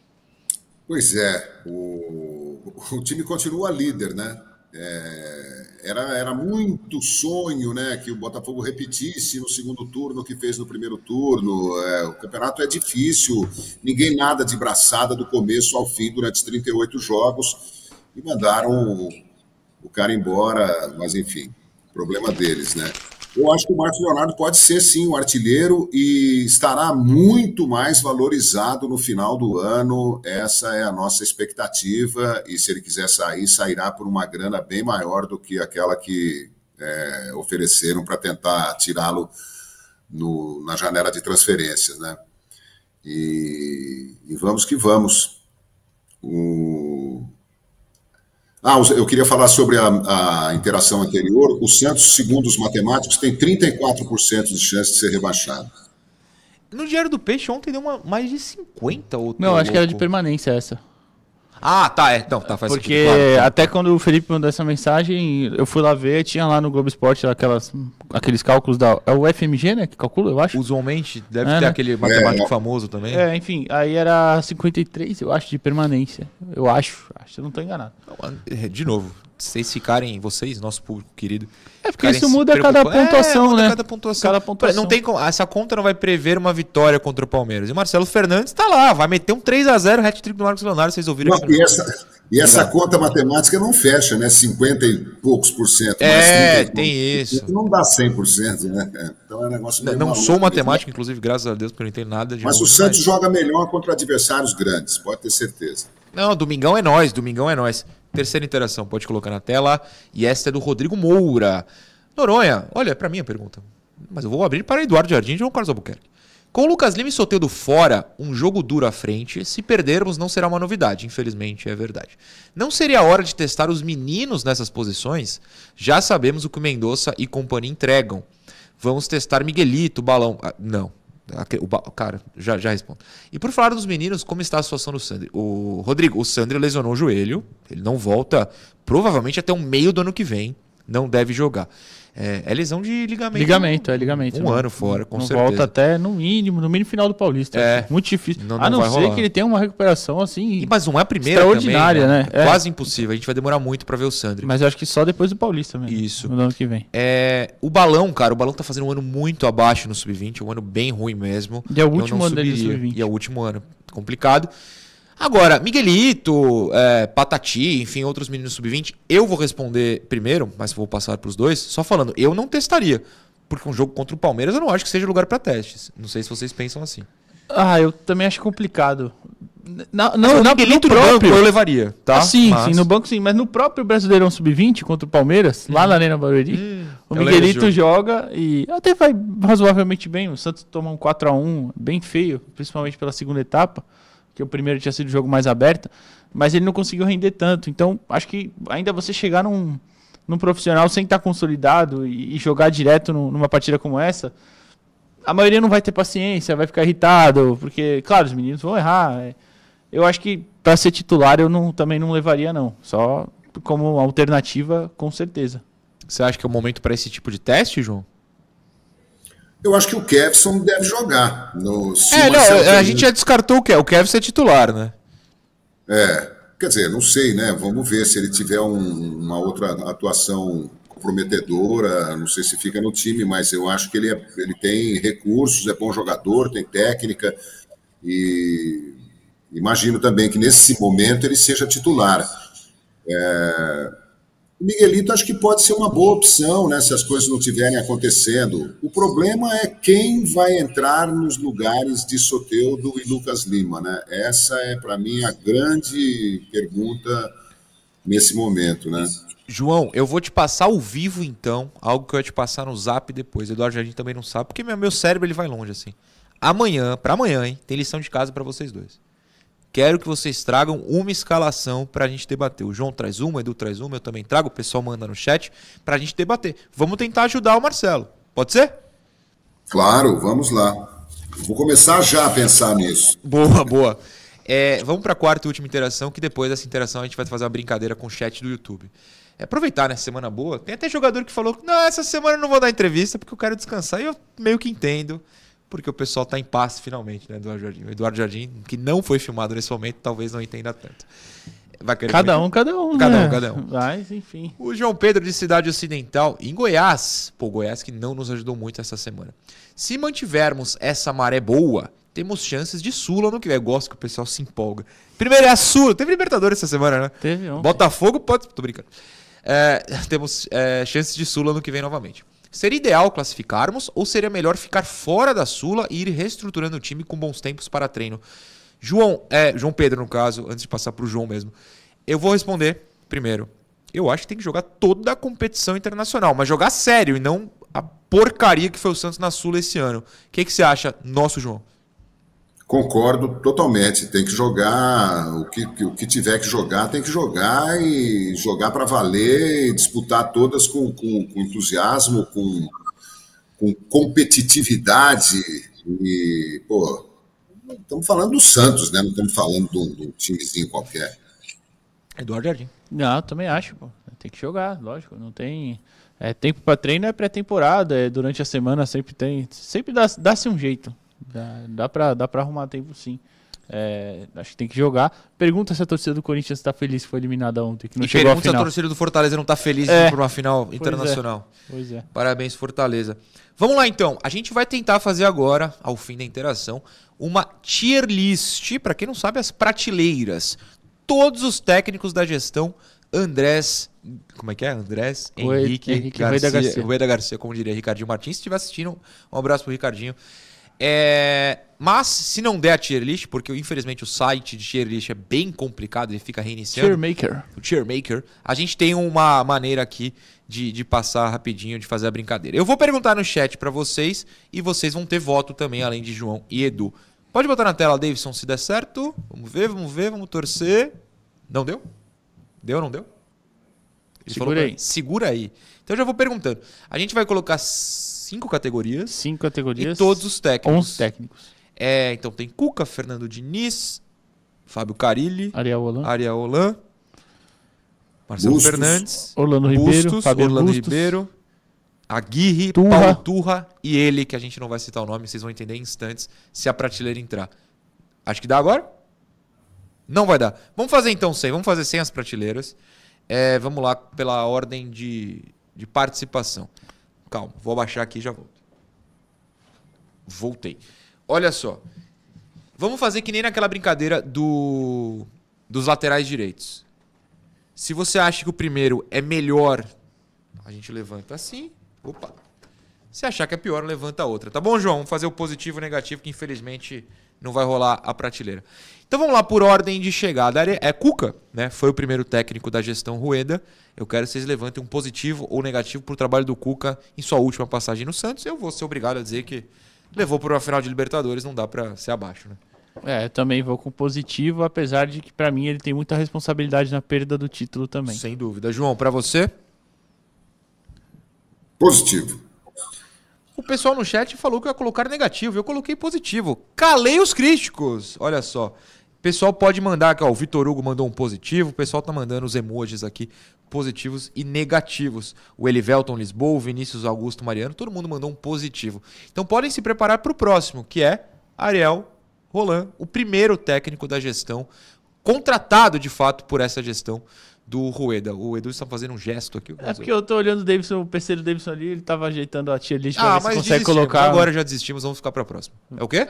Pois é, o, o time continua líder, né? É, era, era muito sonho, né, que o Botafogo repetisse no segundo turno o que fez no primeiro turno. É, o campeonato é difícil, ninguém nada de braçada do começo ao fim durante trinta e oito jogos e mandaram o, o cara embora, mas enfim, problema deles, né? Eu acho que o Marcos Leonardo pode ser, sim, um artilheiro e estará muito mais valorizado no final do ano. Essa é a nossa expectativa. E se ele quiser sair, sairá por uma grana bem maior do que aquela que é, ofereceram para tentar tirá-lo no, na janela de transferências, né? E, e vamos que vamos. O... Ah, eu queria falar sobre a, a interação anterior. O Santos, segundo os matemáticos, tem trinta e quatro por cento de chance de ser rebaixado. No Diário do Peixe ontem deu uma, mais de cinquenta. Ou Não, acho que era de permanência essa. Ah, tá, é. Então, tá, faz Porque sentido, claro, claro. até quando o Felipe mandou essa mensagem, eu fui lá ver, tinha lá no Globo Esporte aquelas, aqueles cálculos da... É o F M G, né? Que calcula, eu acho. Usualmente, deve É, ter né? aquele matemático É. famoso também. É, enfim, aí era cinquenta e três, eu acho, de permanência. Eu acho, acho, eu não tô enganado. De novo, vocês ficarem, vocês, nosso público querido... É porque ficarem isso se muda cada preocupando. pontuação, é, muda né? Cada pontuação. Cada pontuação. Não tem como, essa conta não vai prever uma vitória contra o Palmeiras. E o Marcelo Fernandes tá lá, vai meter um três a zero, hat-trick do Marcos Leonardo, vocês ouviram Não, aqui. e essa, e essa conta matemática não fecha, né? cinquenta e poucos por cento. É, mais trinta tem por cento, isso. Não dá cem por cento, né? Então é um negócio Não, meio não maluco sou mesmo, matemático, né? inclusive, graças a Deus, porque eu não entendo nada de Mas o números, Santos joga melhor contra adversários grandes, pode ter certeza. Não, domingão é nós, domingão é nós. Terceira interação, pode colocar na tela. E esta é do Rodrigo Moura. Noronha, olha, pra mim a pergunta. Mas eu vou abrir para Eduardo Jardim e João Carlos Albuquerque. Com o Lucas Lima e Soteldo fora, um jogo duro à frente, se perdermos não será uma novidade, infelizmente é verdade. Não seria a hora de testar os meninos nessas posições? Já sabemos o que o Mendonça e companhia entregam. Vamos testar Miguelito, Balão... Ah, não. O ba... Cara, já, já respondo. E por falar dos meninos, como está a situação do Sandri? O Rodrigo, o Sandri lesionou o joelho, ele não volta provavelmente até o meio do ano que vem, não deve jogar. É, é lesão de ligamento. Ligamento, é ligamento. Um não, ano fora, com não certeza. volta até no mínimo, no mínimo final do Paulista. É. Muito difícil. Não- a não não vai ser rolar. que ele tenha uma recuperação assim. E, mas não é a primeira extraordinária, também, né? É. Quase impossível. A gente vai demorar muito pra ver o Sandri. Mas eu acho que só depois do Paulista mesmo. Isso. No ano que vem. É, o Balão, cara, o Balão tá fazendo um ano muito abaixo no sub vinte, um ano bem ruim mesmo. E é o Eu último não ano dele no subiria. sub vinte. E é o último ano. Complicado. Agora, Miguelito, é, Patati, enfim, outros meninos sub vinte, eu vou responder primeiro, mas vou passar pros dois, só falando, eu não testaria. Porque um jogo contra o Palmeiras eu não acho que seja lugar pra testes. Não sei se vocês pensam assim. Ah, eu também acho complicado. Na, não, o na, Miguelito no no próprio, banco eu levaria, tá? Ah, sim, Mas- sim, no banco sim, mas no próprio Brasileirão sub vinte contra o Palmeiras, lá na Arena Barueri, Hum, o eu lembro Miguelito desse joga e até vai razoavelmente bem. O Santos toma um quatro a um, bem feio, principalmente pela segunda etapa, que o primeiro tinha sido o jogo mais aberto, mas ele não conseguiu render tanto. Então, acho que ainda você chegar num, num profissional sem estar consolidado e, e jogar direto num- numa partida como essa, a maioria não vai ter paciência, vai ficar irritado, porque, claro, os meninos vão errar. é. Eu acho que para ser titular eu não, também não levaria, não. Só como alternativa, com certeza. Você acha que é o momento para esse tipo de teste, João? Eu acho que o Kevson deve jogar. No, se É, o não, Marcelo a Fernandes- gente já descartou o Kevin. O Kevin ser titular, né? É, quer dizer, não sei, né? Vamos ver se ele tiver um- uma outra atuação comprometedora, não sei se fica no time, mas eu acho que ele, é- ele tem recursos, é bom jogador, tem técnica e imagino também que nesse momento ele seja titular. É, o Miguelito acho que pode ser uma boa opção, né, se as coisas não estiverem acontecendo. O problema é quem vai entrar nos lugares de Soteldo e Lucas Lima, né? Essa é, para mim, a grande pergunta nesse momento, né? João, eu vou te passar ao vivo, então, algo que eu ia te passar no zap depois. Eduardo Jardim também não sabe, porque meu, meu cérebro ele vai longe, assim. Amanhã, pra amanhã, hein, tem lição de casa pra vocês dois. Quero que vocês tragam uma escalação pra gente debater. O João traz uma, o Edu traz uma, eu também trago, o pessoal manda no chat pra gente debater. Vamos tentar ajudar o Marcelo. Pode ser? Claro, vamos lá. Vou começar já a pensar nisso. Boa, boa. É, vamos pra quarta e última interação, que depois dessa interação a gente vai fazer uma brincadeira com o chat do YouTube. É, aproveitar, né? Semana boa. Tem até jogador que falou que não, essa semana eu não vou dar entrevista porque eu quero descansar. E eu meio que entendo, porque o pessoal tá em paz finalmente, né, Eduardo Jardim? O Eduardo Jardim, que não foi filmado nesse momento, talvez não entenda tanto. Vai querer Cada comentar? um, cada um, Cada né? um, cada um. Mas, enfim. O João Pedro de Cidade Ocidental, em Goiás. Pô, Goiás que não nos ajudou muito essa semana. Se mantivermos essa maré boa, temos chances de Sula no que vem. Eu gosto que o pessoal se empolga. Primeiro é a Sula. Teve Libertadores essa semana, né? Teve ontem. Botafogo pode... Tô brincando. É, temos é, chances de Sula no que vem novamente. Seria ideal classificarmos ou seria melhor ficar fora da Sula e ir reestruturando o time com bons tempos para treino? João, é, João Pedro, no caso, antes de passar para o João mesmo. Eu vou responder primeiro. Eu acho que tem que jogar toda a competição internacional, mas jogar sério e não a porcaria que foi o Santos na Sula esse ano. O que, que você acha, nosso João? Concordo totalmente. Tem que jogar o que, o que tiver que jogar, tem que jogar e jogar para valer e disputar todas com, com, com entusiasmo, com, com competitividade. E, pô, estamos falando do Santos, né? Não estamos falando de um, de um timezinho qualquer. Eduardo Jardim. Não, eu também acho, pô. Tem que jogar, lógico. Não tem. É, tempo para treino é pré-temporada, é durante a semana sempre tem. Sempre dá, dá-se um jeito. Dá, dá, pra, dá pra arrumar tempo, sim. É, acho que tem que jogar. Pergunta se a torcida do Corinthians está feliz que foi eliminada ontem, que não E chegou à pergunta se a final. torcida do Fortaleza não tá feliz É. por uma final Pois internacional. é. Pois é. Parabéns, Fortaleza. Vamos lá, então. A gente vai tentar fazer agora, ao fim da interação, uma tier list. Para quem não sabe, as prateleiras. Todos os técnicos da gestão Andrés... Como é que é? Andrés Rui- Henrique, Henrique Garcia, Rueda Garcia. Rueda Garcia, como diria Ricardinho Martins. Se estiver assistindo, um abraço pro Ricardinho. É, mas, se não der a tier list, porque infelizmente o site de tier list é bem complicado, ele fica reiniciando. Cheermaker. O Cheermaker. A gente tem uma maneira aqui de, de passar rapidinho, de fazer a brincadeira. Eu vou perguntar no chat pra vocês e vocês vão ter voto também, além de João e Edu. Pode botar na tela, Davidson, se der certo. Vamos ver, vamos ver, vamos torcer. Não deu? Deu ou não deu? Ele Segura falou pra aí. mim, segura aí. Então eu já vou perguntando. A gente vai colocar cinco categorias. Cinco categorias. E todos os técnicos. onze técnicos. É, então tem Cuca, Fernando Diniz, Fábio Carilli, Ariel Holan. Ariel Holan, Marcelo Bustos. Fernandes, Orlando Ribeiro. Bustos, Fabiano Orlando Bustos. Ribeiro, Aguirre, Turra. Paulo Turra e ele, que a gente não vai citar o nome, vocês vão entender em instantes se a prateleira entrar. Acho que dá agora? Não vai dar. Vamos fazer então sem, vamos fazer sem as prateleiras. É, vamos lá pela ordem de, de participação. Calma, vou abaixar aqui e já volto. Voltei. Olha só. Vamos fazer que nem naquela brincadeira do, dos laterais direitos. Se você acha que o primeiro é melhor, a gente levanta assim. Opa. Se achar que é pior, levanta a outra. Tá bom, João? Vamos fazer o positivo e o negativo, que infelizmente não vai rolar a prateleira. Então vamos lá por ordem de chegada. É Cuca, né? Foi o primeiro técnico da gestão Rueda. Eu quero que vocês levantem um positivo ou negativo pro trabalho do Cuca em sua última passagem no Santos. Eu vou ser obrigado a dizer que levou para uma final de Libertadores, não dá para ser abaixo, né? É, eu também vou com positivo, apesar de que pra mim ele tem muita responsabilidade na perda do título também. Sem dúvida. João, para você? Positivo. O pessoal no chat falou que eu ia colocar negativo, eu coloquei positivo. Calei os críticos. Olha só. O pessoal pode mandar aqui, ó, o Vitor Hugo mandou um positivo, o pessoal tá mandando os emojis aqui, positivos e negativos. O Elivelton Lisboa, o Vinícius Augusto Mariano, todo mundo mandou um positivo. Então podem se preparar para o próximo, que é Ariel Roland, o primeiro técnico da gestão, contratado de fato por essa gestão do Rueda. O Edu está fazendo um gesto aqui. É porque eu tô olhando o Davidson, o P C do Davidson ali, ele tava ajeitando a tier list pra Ah, ver se mas consegue desistimos. colocar... Agora já desistimos, vamos ficar para a próxima. É o quê?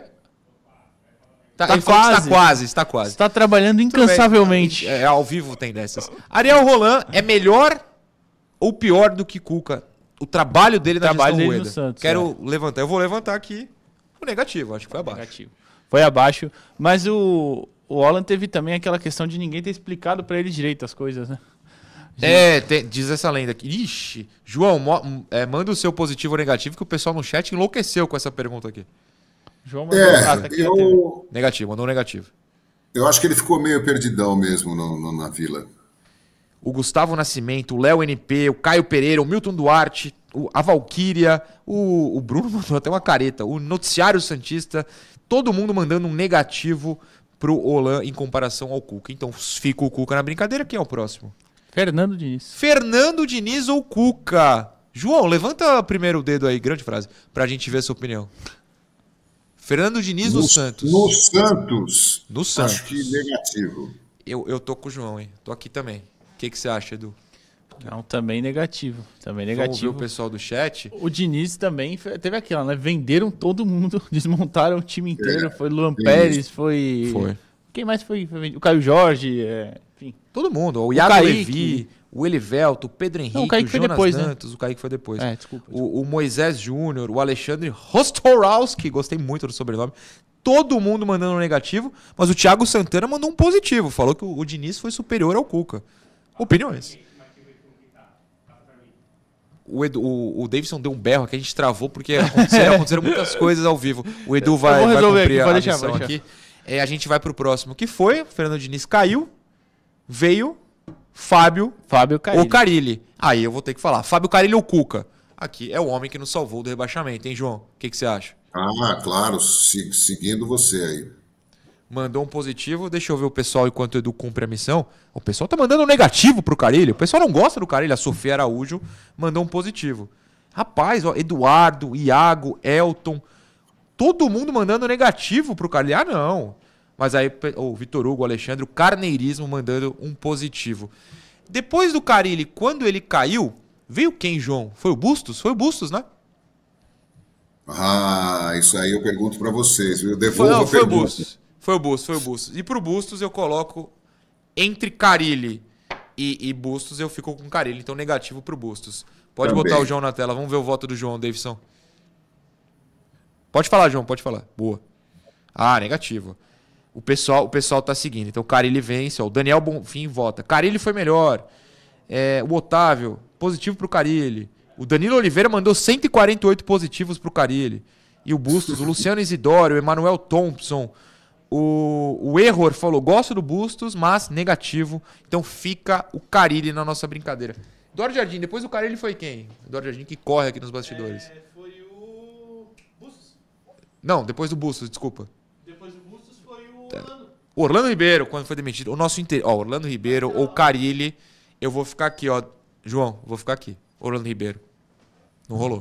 Tá, Tá ele falou que quase. está quase, está quase. Está trabalhando incansavelmente. É, ao vivo tem dessas. Ariel Roland é melhor ou pior do que Cuca? O trabalho dele na trabalho gestão dele Rueda. no Santos, Quero levantar. Eu vou levantar aqui o negativo, acho que foi abaixo. Negativo. Foi abaixo, mas o, o Holland teve também aquela questão de ninguém ter explicado pra ele direito as coisas, né? É, tem- diz essa lenda aqui. Ixi, João, mo- é, manda o seu positivo ou negativo que o pessoal no chat enlouqueceu com essa pergunta aqui. João mandou... É, Ah, tá aqui na T V. eu, Negativo, mandou um negativo. eu acho que ele ficou meio perdidão mesmo no- no- na Vila. O Gustavo Nascimento, o Léo N P, o Caio Pereira, o Milton Duarte, o- a Valquíria, o, o Bruno mandou até uma careta, o Noticiário Santista, todo mundo mandando um negativo pro Olan em comparação ao Cuca. Então fica o Cuca na brincadeira, quem é o próximo? Fernando Diniz. Fernando Diniz ou Cuca? João, levanta primeiro o dedo aí, grande frase, pra gente ver a sua opinião. Fernando Diniz no, No Santos. No Santos, No Santos. acho que negativo. Eu, eu tô com o João, hein? Tô aqui também. O que, que você acha, Edu? Não, também negativo. Também Vamos ver negativo. o pessoal do chat. O Diniz também fe- teve aquela, né? Venderam todo mundo, desmontaram o time inteiro. É, foi Luan tem Pérez, isso. foi... Foi. Quem mais foi? Foi vendido? O Caio Jorge, é, enfim. Todo mundo. O Iago Kaique. Levi, o Elivelto, o Pedro Henrique, Não, o Kaique o foi Jonas depois, né? Dantas, o Kaique foi depois. É, desculpa. desculpa. O, o Moisés Júnior, o Alexandre Rostorowski, gostei muito do sobrenome. Todo mundo mandando um negativo, mas o Thiago Santana mandou um positivo. Falou que o, o Diniz foi superior ao Cuca. Opiniões. O, Edu, o, o Davidson deu um berro aqui, a gente travou porque aconteceram, aconteceram muitas coisas ao vivo. O Edu vai, vou vai resolver cumprir aqui, a, pode a deixar, missão pode aqui. É, a gente vai pro próximo, que foi, o Fernando Diniz caiu, veio Fábio Fábio Carilli. ou Carilli. Aí eu vou ter que falar, Fábio Carilli ou Cuca? Aqui é o homem que nos salvou do rebaixamento, hein, João? O que, que você acha? Ah, claro, se- seguindo você aí. Mandou um positivo, deixa eu ver o pessoal enquanto o Edu cumpre a missão. O pessoal tá mandando um negativo pro Carilli. O pessoal não gosta do Carilli. A Sofia Araújo mandou um positivo. Rapaz, ó, Eduardo, Iago, Elton, todo mundo mandando negativo pro Carilli. Ah, não. Mas aí pe- o Vitor Hugo, o Alexandre, o Carneirismo mandando um positivo. Depois do Carilli, quando ele caiu, veio quem, João? Foi o Bustos? Foi o Bustos, né? Ah, isso aí eu pergunto para vocês, viu? Eu Foi, devolvo não, a foi o pergunta. Bustos. Foi o Bustos, foi o Bustos. E pro Bustos eu coloco entre Carilli e, e Bustos, eu fico com Carilli. Então negativo pro Bustos. Pode Também. botar o João na tela. Vamos ver o voto do João, Davidson. Pode falar, João, pode falar. Boa. Ah, negativo. O pessoal, o pessoal tá seguindo. Então Carilli vence. Ó, o Daniel Bonfim vota. Carilli foi melhor. É, o Otávio, positivo pro Carilli. O Danilo Oliveira mandou cento e quarenta e oito positivos pro Carilli. E o Bustos, o Luciano Isidoro, o Emanuel Thompson, o, o Error falou, gosto do Bustos, mas negativo. Então fica o Carilli na nossa brincadeira. Eduardo Jardim, depois do Carilli foi quem? Eduardo Jardim que corre aqui nos bastidores. É, foi o Bustos. Não, depois do Bustos, desculpa. Depois do Bustos foi o Orlando. O Orlando Ribeiro, quando foi demitido. O nosso inter... Ó, Orlando Ribeiro ou Carilli. Eu vou ficar aqui, ó. João, vou ficar aqui. Orlando Ribeiro. Não rolou.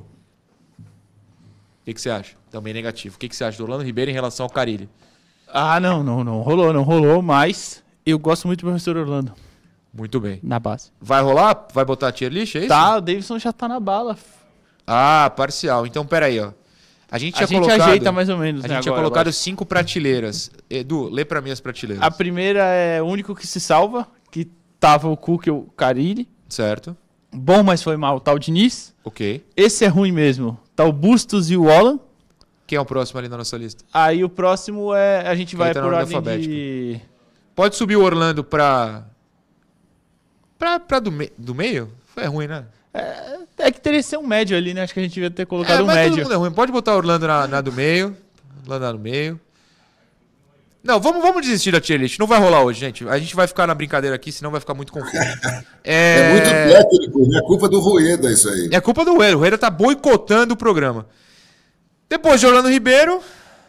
O que, que você acha? Também negativo. O que, que você acha do Orlando Ribeiro em relação ao Carilli? Ah, não, não, não rolou, não rolou, mas eu gosto muito do professor Orlando. Muito bem. Na base. Vai rolar? Vai botar a tier list, é isso? Tá, o Davidson já tá na bala. Ah, parcial. Então, peraí, ó. A gente A tinha gente colocado... ajeita mais ou menos, A né, gente tinha agora, colocado eu acho. cinco prateleiras. Edu, lê pra mim as prateleiras. A primeira é o único que se salva, que tava o Cuca e o Carilli. Certo. Bom, mas foi mal, tá o Diniz. Ok. Esse é ruim mesmo. Tá o Bustos e o Holland. Quem é o próximo ali na nossa lista? Aí o próximo é... A gente vai tá na por ordem ordem de... Pode subir o Orlando pra... Pra, pra do, me... do meio? Foi ruim, né? É, é que teria que ser um médio ali, né? Acho que a gente devia ter colocado é, um mas médio. todo mundo é ruim. Pode botar o Orlando na, na do meio. Orlando na do meio. Não, vamos, vamos desistir da tier list. Não vai rolar hoje, gente. A gente vai ficar na brincadeira aqui, senão vai ficar muito confuso. É, é muito técnico, é culpa do Rueda isso aí. É culpa do Rueda. O Rueda tá boicotando o programa. Depois de Orlando Ribeiro...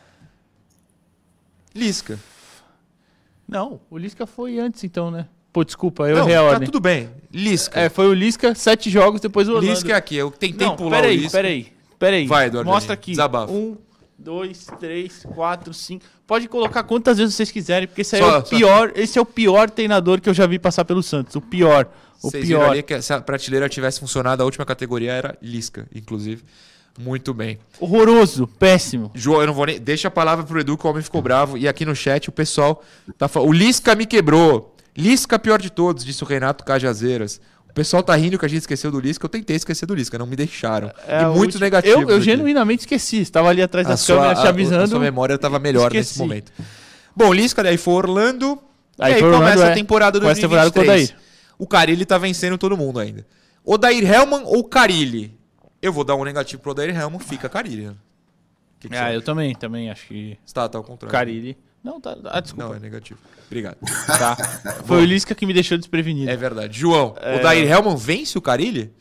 Lisca. Não, o Lisca foi antes então, né? Pô, desculpa, eu Não, errei a tá ordem. tudo bem. Lisca. É, foi o Lisca, sete jogos, depois o Orlando. Lisca é aqui. Eu tentei Não, pular peraí, o Lisca. Peraí, peraí. Vai, Eduardo. Mostra aqui. Desabafo. Um, dois, três, quatro, cinco. Pode colocar quantas vezes vocês quiserem, porque esse, aí Só- é o pior, esse é o pior treinador que eu já vi passar pelo Santos. O pior. O Vocês viram pior. ali que se a prateleira tivesse funcionado, a última categoria era Lisca, inclusive. Muito bem. Horroroso, péssimo. João, eu não vou nem... Deixa a palavra pro Edu, que o homem ficou bravo. E aqui no chat o pessoal tá falando... O Lisca me quebrou. Lisca pior de todos, disse o Renato Cajazeiras. O pessoal tá rindo que a gente esqueceu do Lisca. Eu tentei esquecer do Lisca, não me deixaram. É, e o muitos último- negativos. Eu, eu aqui. genuinamente esqueci. Estava ali atrás A das sua, câmeras te a- avisando. a sua memória tava melhor Esqueci. nesse momento. Bom, Lisca, daí foi Orlando. Aí e aí foi começa Orlando, a é. temporada do Começa a dois mil e vinte e temporada com o três. O Carille tá vencendo todo mundo ainda. Odair Hellman ou Carille? Eu vou dar um negativo pro Odair Hellman, fica Carille. Né? Que que Ah, você eu também, também acho que... Tá, tá ao contrário. Carille. Não, tá... Ah, desculpa. Não, é negativo. Obrigado. Tá. Foi o Lisca que me deixou desprevenido. É verdade. João, É. o Odair Hellman vence o Carille?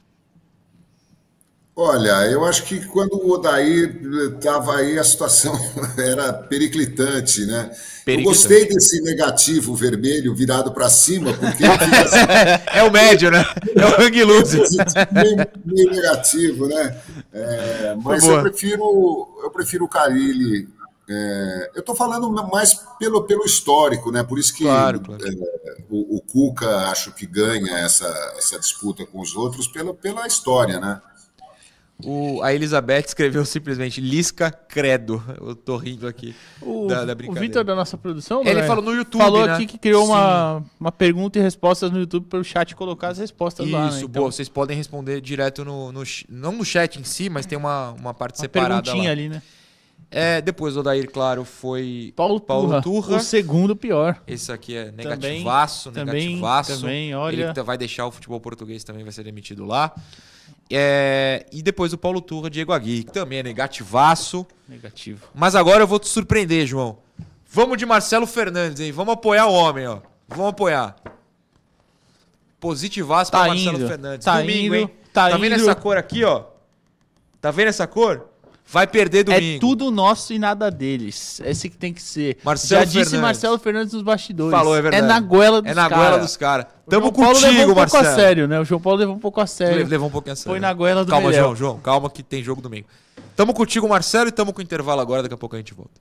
Olha, eu acho que quando o Odair estava aí, a situação era periclitante, né? Eu Periclitante. gostei desse negativo vermelho virado para cima, porque ele fica assim, É o médio, né? É o hang loose. meio, meio negativo, né? É, mas boa. eu prefiro, eu prefiro o Carille. É, eu estou falando mais pelo, pelo histórico, né? Por isso que Claro, claro. é, o, o Cuca acho que ganha essa, essa disputa com os outros pela, pela história, né? O, a Elizabeth escreveu simplesmente Lisca Credo. Eu tô rindo aqui O, da, da o brincadeira. Vitor da nossa produção, Ele né, falou no YouTube, falou né? aqui que criou uma, uma pergunta e respostas no YouTube para o chat colocar as respostas lá, né? Isso, Então, boa. Vocês podem responder direto no, no... ch- Não no chat em si, mas tem uma, uma parte uma separada perguntinha lá. ali, né? É, depois o Odair, claro, foi Paulo, Paulo Turra, Turra. o segundo pior. Esse aqui é Também- negativaço, também- negativaço. também, olha- Ele vai deixar o futebol português, também vai ser demitido lá. É, e depois o Paulo Turra, Diego Aguirre, que também é negativaço. Negativo. Mas agora eu vou te surpreender, João. Vamos de Marcelo Fernandes, hein? Vamos apoiar o homem, ó. Vamos apoiar. Positivaço Tá pra Marcelo indo, Fernandes. tá Domingo, indo, hein? tá Tá vendo indo. essa cor aqui, ó? Tá vendo essa cor? Vai perder domingo. É tudo nosso e nada deles. Esse que tem que ser. Marcelo Já disse Fernandes. Marcelo Fernandes nos bastidores. Falou, é verdade. É na goela dos É na caras. goela dos caras. O Tamo João Paulo contigo, levou um pouco Marcelo. a sério, né? O João Paulo levou um pouco a sério. Levou um pouquinho a sério. Foi na goela do Calma, Miguel. João, João. Calma que tem jogo domingo. Tamo contigo, Marcelo, e tamo com intervalo agora. Daqui a pouco a gente volta.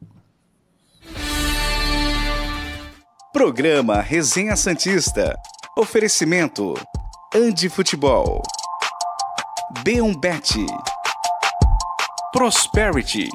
Programa Resenha Santista. Oferecimento. Andi Futebol. B um Bet. Prosperity.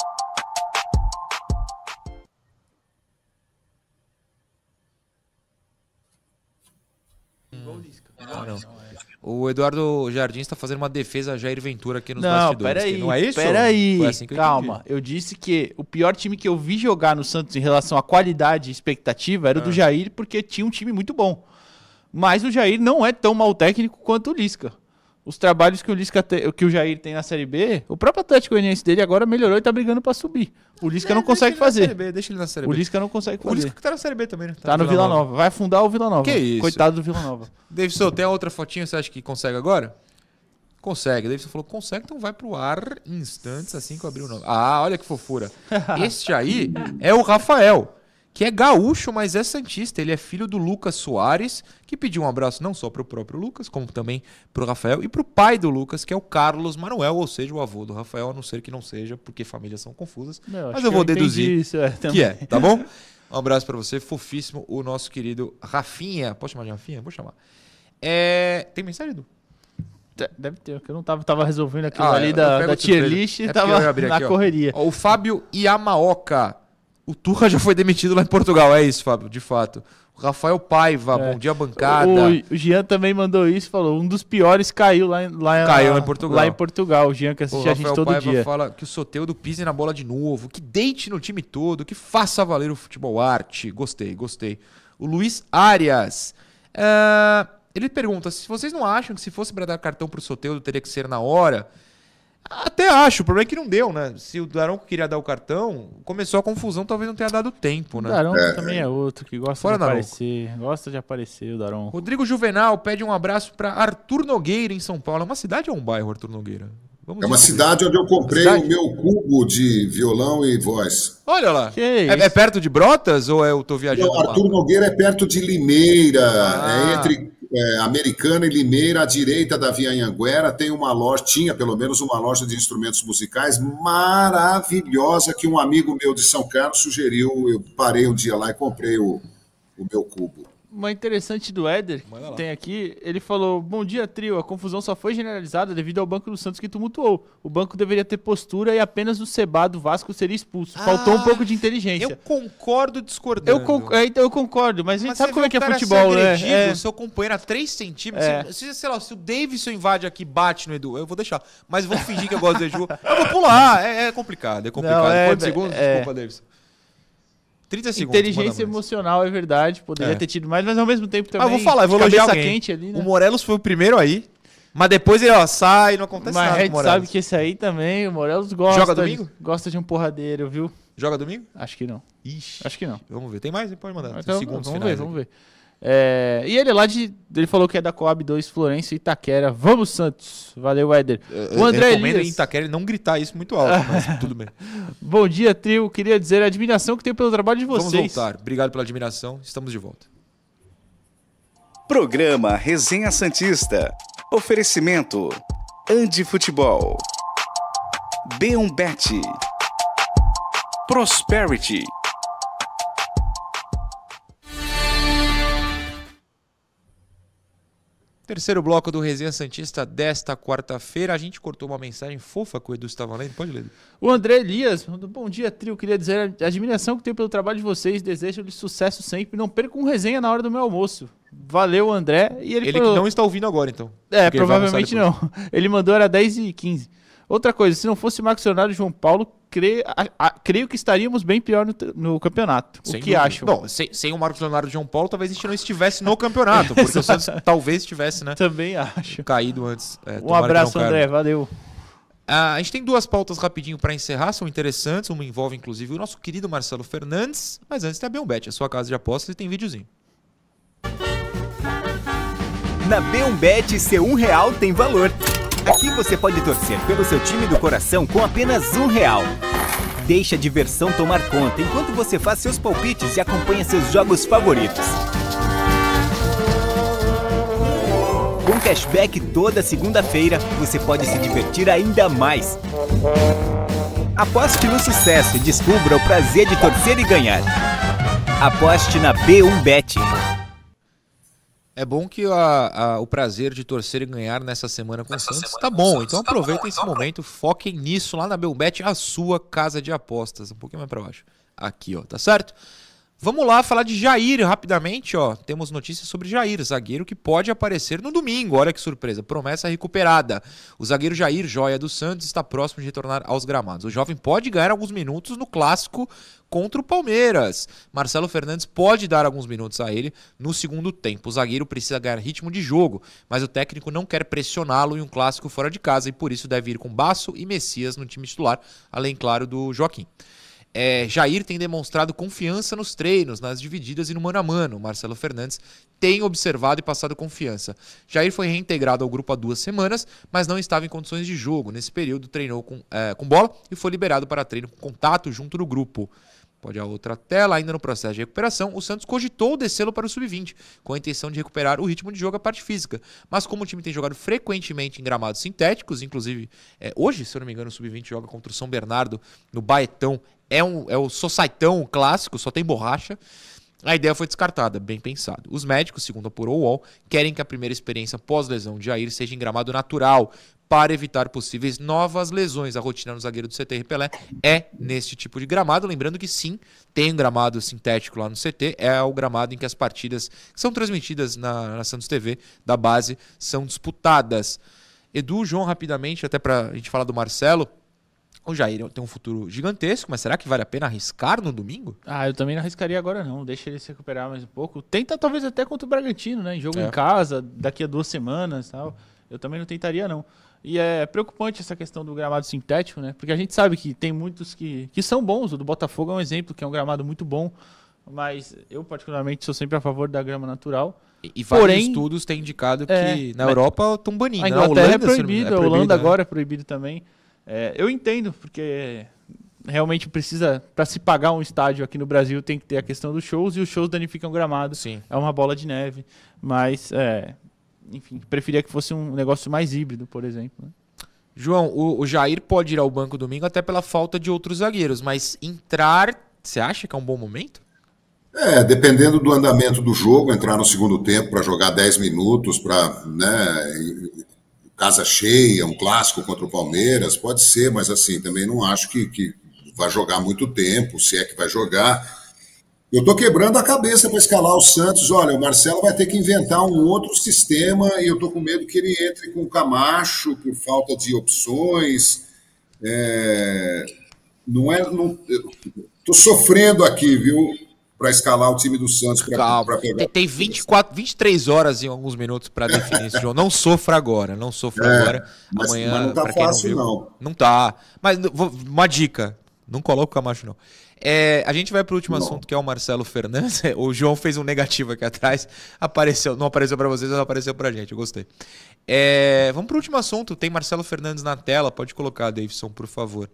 Ah, não. O Eduardo Jardim está fazendo uma defesa a Jair Ventura aqui nos Não, bastidores. peraí, que não é isso? peraí, Foi assim que eu calma. entendi. Eu disse que o pior time que eu vi jogar no Santos em relação à qualidade e expectativa era o Ah. do Jair, porque tinha um time muito bom. Mas o Jair não é tão mau técnico quanto o Lisca. Os trabalhos que o, Lisca te- que o Jair tem na Série B, o próprio Atlético Goianiense dele agora melhorou e tá brigando pra subir. O Lisca não consegue Deixa ele na Série fazer. B, deixa ele na Série O B. Lisca não consegue O fazer. Lisca que tá na Série B também, né? Tá no Vila Nova. Vai afundar o Vila Nova. Que isso? Coitado do Vila Nova. Davidson, tem a outra fotinha, você acha que consegue agora? Consegue. Davidson falou, consegue, então vai pro ar em instantes assim que eu abrir o nome. Ah, olha que fofura. Este aí é o Rafael, que é gaúcho, mas é santista. Ele é filho do Lucas Soares, que pediu um abraço não só pro próprio Lucas, como também pro Rafael e pro pai do Lucas, que é o Carlos Manuel, ou seja, o avô do Rafael, a não ser que não seja, porque famílias são confusas. Não, mas acho eu que vou entendi deduzir isso, é, que também. é, tá bom? Um abraço pra você, fofíssimo, o nosso querido Rafinha. Posso chamar de Rafinha? Vou chamar. É... Tem mensagem, Edu? De- Deve ter, porque eu não tava, tava resolvendo aquilo Ah, ali eu da, pego da de tier surpresa. list e É porque eu ia tava abrir na aqui, ó. correria. Ó, o Fábio Yamaoka. O Turra já foi demitido lá em Portugal. É isso, Fábio, de fato. O Rafael Paiva, É. bom dia, bancada. O, o Jean também mandou isso, falou, um dos piores caiu lá, em- lá, Caiu lá em Portugal. lá em Portugal. O Jean que O assiste a gente Rafael todo Paiva dia. fala que o Soteldo pise na bola de novo, que deite no time todo, que faça valer o futebol arte. Gostei, gostei. O Luiz Arias. é, ele pergunta, se vocês não acham que se fosse para dar cartão pro Soteldo teria que ser na hora? Até acho, o problema é que não deu, né? Se o Daronco queria dar o cartão, começou a confusão, talvez não tenha dado tempo, O né? Daronco É. também é outro que gosta Fora de Daronco. aparecer. Gosta de aparecer, o Daronco. Rodrigo Juvenal pede um abraço para Arthur Nogueira, em São Paulo. É uma cidade ou um bairro, Arthur Nogueira? Vamos É uma descobrir. cidade onde eu comprei Cidade? o meu cubo de violão e voz. Olha lá. Que É, isso? é perto de Brotas ou é, eu tô viajando? Não, lá? Arthur Nogueira é perto de Limeira, Ah. é entre é, Americana e Limeira, à direita da Via Anhanguera, tem uma loja, tinha pelo menos uma loja de instrumentos musicais maravilhosa que um amigo meu de São Carlos sugeriu. Eu parei um dia lá e comprei o, o meu cubo. Uma interessante do Éder, Manda lá. que tem aqui, ele falou, bom dia, trio, a confusão só foi generalizada devido ao Banco do Santos que tumultuou. O banco deveria ter postura e apenas o Seba do Vasco seria expulso. Faltou um Ah, pouco de inteligência. Eu concordo discordando. Eu, con- é, então eu concordo, mas a gente Mas sabe você como vê é que o é cara futebol, ser né? agredido, É. seu companheiro a três centímetros. É. Se, se, sei lá, se o Davidson invade aqui e bate no Edu, eu vou deixar. Mas vou fingir que eu gosto do Edu. Eu vou pular. É, é complicado, é complicado. Não, é- Quantos segundos? é- Desculpa, Davidson. trinta segundos. Inteligência manda mais. emocional, é verdade, poderia É. ter tido mais, mas ao mesmo tempo Ah, também. eu vou falar, eu vou de elogiar cabeça alguém. quente ali, né? O Morelos foi o primeiro aí, mas depois ele, ó, sai e não acontece Mas a nada com o gente Morelos. sabe que esse aí também, o Morelos gosta. Joga domingo? De, gosta de um porradeiro, viu? Joga domingo? Acho que não. Ixi. Acho que não. Vamos ver. Tem mais? Pode mandar. Tem Então, segundos vamos finais ver, aqui. vamos ver. É, e ele é lá de. Ele falou que é da Coab dois, Florencio e Itaquera. Vamos, Santos. Valeu, Éder. Eu- O André eu recomendo em Elias. Itaquera não gritar isso muito alto, mas tudo bem. Bom dia, trio. Queria dizer a admiração que tenho pelo trabalho de Vamos vocês. voltar. Obrigado pela admiração. Estamos de volta. Programa Resenha Santista. Oferecimento Andi Futebol. B um Bet. Prosperity. Terceiro bloco do Resenha Santista desta quarta-feira. A gente cortou uma mensagem fofa que o Edu estava lendo. Pode ler, Edu. O André Elias, mandou, bom dia, trio. Queria dizer a admiração que tenho pelo trabalho de vocês. Desejo-lhes sucesso sempre. Não percam resenha na hora do meu almoço. Valeu, André. E ele, Ele falou, que não está ouvindo agora, então. É, Porque ele vai provavelmente almoçar não. Ele mandou era dez e quinze. Outra coisa, se não fosse Marcos Leonardo e João Paulo, cre... a- a- creio que estaríamos bem pior no, t- no campeonato. Sem o que dúvida. acham? Bom, sem, sem o Marcos Leonardo e o João Paulo, talvez a gente não estivesse no campeonato. Porque o Santos talvez estivesse, né? Também acho. Caído antes. É, Um tomara que abraço, não caia. André. Valeu. Ah, a gente tem duas pautas rapidinho para encerrar, são interessantes. Uma envolve, inclusive, o nosso querido Marcelo Fernandes. Mas antes tem a B um Bet, a sua casa de apostas, e tem videozinho. Na B um Bet, seu um real tem valor. Aqui você pode torcer pelo seu time do coração com apenas um real. Deixe a diversão tomar conta enquanto você faz seus palpites e acompanha seus jogos favoritos. Com cashback toda segunda-feira, você pode se divertir ainda mais. Aposte no sucesso e descubra o prazer de torcer e ganhar. Aposte na B um Bet. É bom que a- a- o prazer de torcer e ganhar nessa semana com o Santos tá bom. Então aproveitem esse momento, foquem nisso lá na B um Bet, a sua casa de apostas. Um pouquinho mais pra baixo. Aqui, ó, tá certo? Vamos lá falar de Jair rapidamente, ó. Temos notícias sobre Jair, zagueiro que pode aparecer no domingo. Olha que surpresa, promessa recuperada. O zagueiro Jair, joia do Santos, está próximo de retornar aos gramados. O jovem pode ganhar alguns minutos no clássico contra o Palmeiras. Marcelo Fernandes pode dar alguns minutos a ele no segundo tempo. O zagueiro precisa ganhar ritmo de jogo, mas o técnico não quer pressioná-lo em um clássico fora de casa e por isso deve ir com Basso e Messias no time titular, além, claro, do Joaquim. É, Jair tem demonstrado confiança nos treinos, nas divididas e no mano a mano. Marcelo Fernandes tem observado e passado confiança. Jair foi reintegrado ao grupo há duas semanas, mas não estava em condições de jogo. Nesse período, treinou com, é, com bola e foi liberado para treino com contato junto do grupo. Pode a outra tela, ainda no processo de recuperação, o Santos cogitou descê-lo para o sub vinte, com a intenção de recuperar o ritmo de jogo, a parte física. Mas como o time tem jogado frequentemente em gramados sintéticos, inclusive é, hoje, se eu não me engano, o sub vinte joga contra o São Bernardo no Baetão, é, um, é o Societão clássico, só tem borracha. A ideia foi descartada, bem pensado. Os médicos, segundo apurou o U O L, querem que a primeira experiência pós-lesão de Jair seja em gramado natural, para evitar possíveis novas lesões. A rotina no zagueiro do C T R Pelé é neste tipo de gramado. Lembrando que sim, tem um gramado sintético lá no C T. É o gramado em que as partidas que são transmitidas na, na Santos T V da base são disputadas. Edu, João, rapidamente, até para a gente falar do Marcelo. O Jair tem um futuro gigantesco, mas será que vale a pena arriscar no domingo? Ah, eu também não arriscaria agora não. Deixa ele se recuperar mais um pouco. Tenta talvez até contra o Bragantino, né? Em jogo É. em casa, daqui a duas semanas e tal. Eu também não tentaria não. E é preocupante essa questão do gramado sintético, né? Porque a gente sabe que tem muitos que, que são bons. O do Botafogo é um exemplo, que é um gramado muito bom. Mas eu, particularmente, sou sempre a favor da grama natural. E, e vários Porém, estudos têm indicado que é, na Europa estão banindo. A Na Inglaterra Holanda, é proibido, se não- a é Holanda proibido, né? agora é proibido também. É, eu entendo, porque realmente precisa, para se pagar um estádio aqui no Brasil, tem que ter a questão dos shows, e os shows danificam o gramado. Sim. É uma bola de neve. Mas, é, enfim, preferia que fosse um negócio mais híbrido, por exemplo. Né? João, o, o Jair pode ir ao banco domingo até pela falta de outros zagueiros, mas entrar, você acha que é um bom momento? É, dependendo do andamento do jogo, entrar no segundo tempo para jogar dez minutos, para, né, casa cheia, um clássico contra o Palmeiras, pode ser, mas assim, também não acho que, que vai jogar muito tempo, se é que vai jogar. Eu estou quebrando a cabeça para escalar o Santos. Olha, o Marcelo vai ter que inventar um outro sistema e eu estou com medo que ele entre com o Camacho por falta de opções. É, não é... Estou sofrendo aqui, viu? Para escalar o time do Santos. Pra, Calma, pra pegar... tem, tem vinte e quatro, vinte e três horas e alguns minutos para definir isso, João. Não sofra agora, não sofra É, agora. mas- Amanhã, mas não tá pra quem fácil, não viu, não. Não tá. Mas vou- uma dica, não coloca o Camacho, não. É, a gente vai para o último Não. assunto, que é o Marcelo Fernandes. O João fez um negativo aqui atrás. Apareceu, não apareceu para vocês, mas apareceu pra gente. Eu gostei. É, vamos para o último assunto. Tem Marcelo Fernandes na tela. Pode colocar, Davidson, por favor.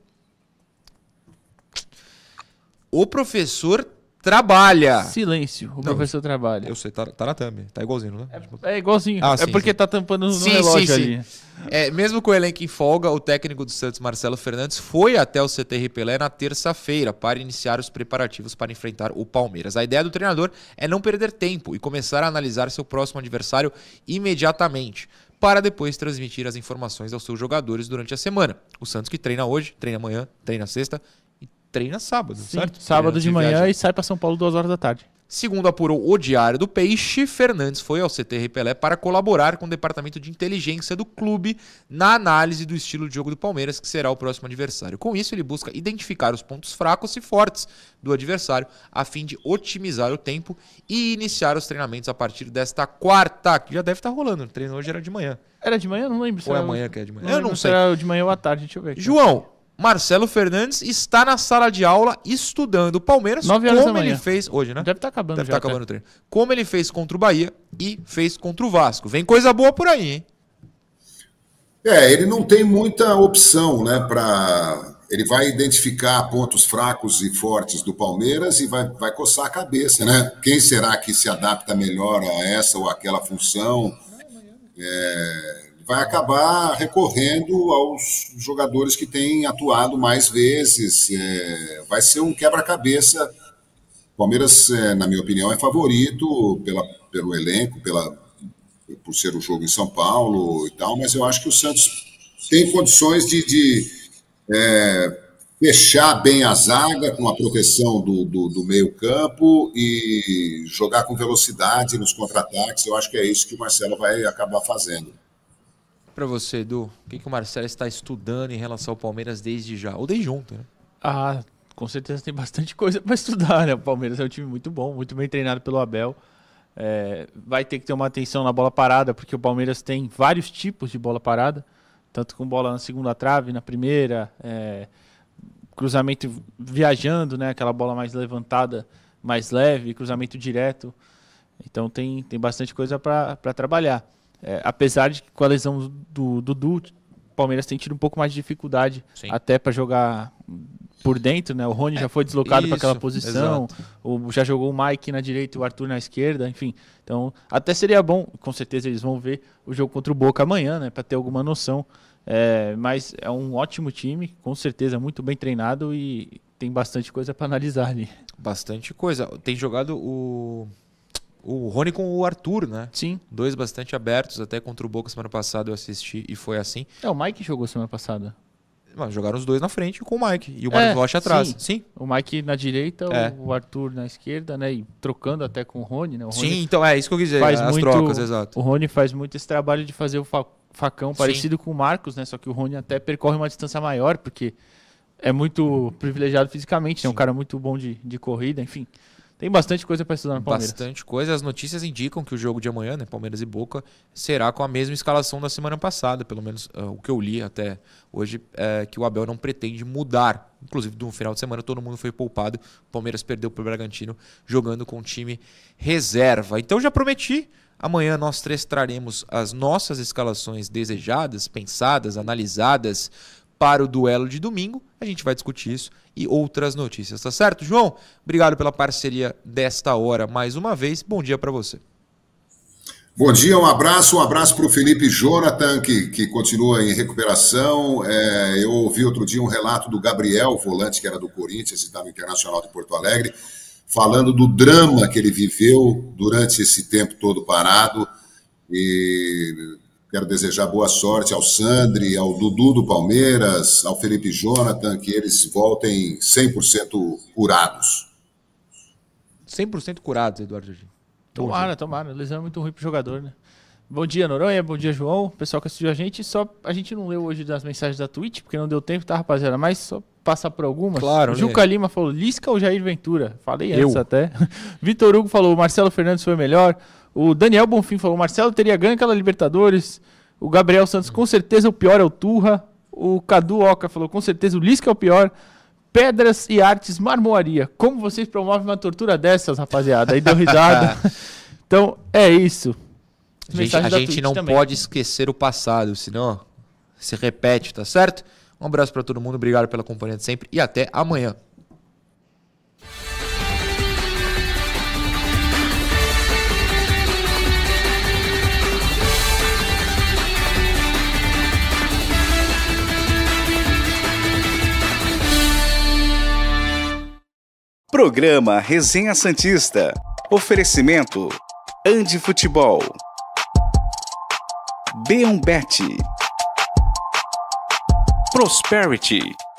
O professor trabalha. Silêncio, o Não, professor trabalha. Eu sei, tá, tá na thumb. Tá igualzinho, né? É igualzinho. Ah, é sim, porque sim. tá tampando no Sim, relógio sim, ali. sim. É, mesmo com o elenco em folga, o técnico do Santos, Marcelo Fernandes, foi até o C T R Pelé na terça-feira para iniciar os preparativos para enfrentar o Palmeiras. A ideia do treinador é não perder tempo e começar a analisar seu próximo adversário imediatamente, para depois transmitir as informações aos seus jogadores durante a semana. O Santos que treina hoje, treina amanhã, treina sexta e treina sábado, Sim, certo? sábado de manhã viagem. e sai para São Paulo duas horas da tarde. Segundo apurou o Diário do Peixe, Fernandes foi ao C T R Pelé para colaborar com o departamento de inteligência do clube na análise do estilo de jogo do Palmeiras, que será o próximo adversário. Com isso, ele busca identificar os pontos fracos e fortes do adversário, a fim de otimizar o tempo e iniciar os treinamentos a partir desta quarta, que já deve estar rolando. O treino hoje era de manhã. Era de manhã? Não lembro. se Ou é era- amanhã que é de manhã? Não Eu lembro não se sei. era de manhã ou à tarde, deixa eu ver. aqui. João, Marcelo Fernandes está na sala de aula estudando o Palmeiras, Nove horas da como ele manhã. fez hoje, né? Deve estar acabando Deve já. estar acabando o treino. Como ele fez contra o Bahia e fez contra o Vasco. Vem coisa boa por aí, hein? É, ele não tem muita opção, né? Pra... Ele vai identificar pontos fracos e fortes do Palmeiras e vai, vai coçar a cabeça, né? Quem será que se adapta melhor a essa ou aquela função? É, vai acabar recorrendo aos jogadores que têm atuado mais vezes. É, vai ser um quebra-cabeça. O Palmeiras, é, na minha opinião, é favorito pela, pelo elenco, pela, por ser o jogo em São Paulo e tal, mas eu acho que o Santos tem condições de, de é, fechar bem a zaga com a proteção do, do, do meio-campo e jogar com velocidade nos contra-ataques. Eu acho que é isso que o Marcelo vai acabar fazendo. Pra você, Edu, o que, que o Marcelo está estudando em relação ao Palmeiras desde já? Ou desde ontem, né? Ah, com certeza tem bastante coisa para estudar, né? O Palmeiras é um time muito bom, muito bem treinado pelo Abel. É, vai ter que ter uma atenção na bola parada, porque o Palmeiras tem vários tipos de bola parada, tanto com bola na segunda trave, na primeira, é, cruzamento viajando, né? Aquela bola mais levantada, mais leve, cruzamento direto. Então tem, tem bastante coisa para trabalhar. É, apesar de que com a lesão do Dudu, o Palmeiras tem tido um pouco mais de dificuldade. Sim. Até para jogar por dentro, né? O Rony é, já foi deslocado para aquela posição, o, já jogou o Mike na direita e o Arthur na esquerda, enfim. Então, até seria bom, com certeza eles vão ver o jogo contra o Boca amanhã, né? Para ter alguma noção. É, mas é um ótimo time, com certeza muito bem treinado e tem bastante coisa para analisar ali. Bastante coisa. Tem jogado o... O Rony com o Arthur, né? Sim. Dois bastante abertos, até contra o Boca semana passada eu assisti e foi assim. É, o Mike jogou semana passada. Mas jogaram os dois na frente com o Mike e o Marcos É, Rocha atrás. sim. Sim. O Mike na direita, É. o Arthur na esquerda, né? E trocando até com o Rony, né? O Rony Sim, então é isso que eu quis dizer, faz as muito, trocas, exato. O Rony faz muito esse trabalho de fazer o fa- facão Sim. parecido com o Marcos, né? Só que o Rony até percorre uma distância maior, porque é muito privilegiado fisicamente, é um cara muito bom de, de corrida, enfim. Tem bastante coisa para estudar no Palmeiras. Bastante coisa. As notícias indicam que o jogo de amanhã, né, Palmeiras e Boca, será com a mesma escalação da semana passada. Pelo menos uh, o que eu li até hoje é que o Abel não pretende mudar. Inclusive, no final de semana, todo mundo foi poupado. O Palmeiras perdeu para o Bragantino jogando com o time reserva. Então, já prometi. Amanhã nós três traremos as nossas escalações desejadas, pensadas, analisadas para o duelo de domingo. A gente vai discutir isso e outras notícias, tá certo, João? Obrigado pela parceria desta hora mais uma vez. Bom dia para você. Bom dia, um abraço, um abraço para o Felipe Jonathan, que, que continua em recuperação. É, eu ouvi outro dia um relato do Gabriel, volante que era do Corinthians e estava no Internacional de Porto Alegre, falando do drama que ele viveu durante esse tempo todo parado. E quero desejar boa sorte ao Sandri, ao Dudu do Palmeiras, ao Felipe Jonathan, que eles voltem cem por cento curados. cem por cento curados, Eduardo Jardim. Tomara, tomara. Lesão é muito ruim pro jogador, né? Bom dia, Noronha. Bom dia, João. Pessoal que assistiu a gente. Só a gente não leu hoje das mensagens da Twitch, porque não deu tempo, tá, rapaziada? Mas só passar por algumas. Claro, o Juca Lima falou, Lisca ou Jair Ventura? Falei antes Eu. até. Vitor Hugo falou, Marcelo Fernandes foi melhor. O Daniel Bonfim falou, Marcelo teria ganho aquela Libertadores. O Gabriel Santos, com certeza o pior é o Turra. O Cadu Oca falou, com certeza o Lisca é o pior. Pedras e Artes Marmoaria. Como vocês promovem uma tortura dessas, rapaziada? Aí deu risada. Então, é isso. A gente, a gente não também. pode esquecer o passado, senão se repete, tá certo? Um abraço para todo mundo, obrigado pela companhia de sempre e até amanhã. Programa Resenha Santista. Oferecimento Andi Futebol. B um Bet. Prosperity.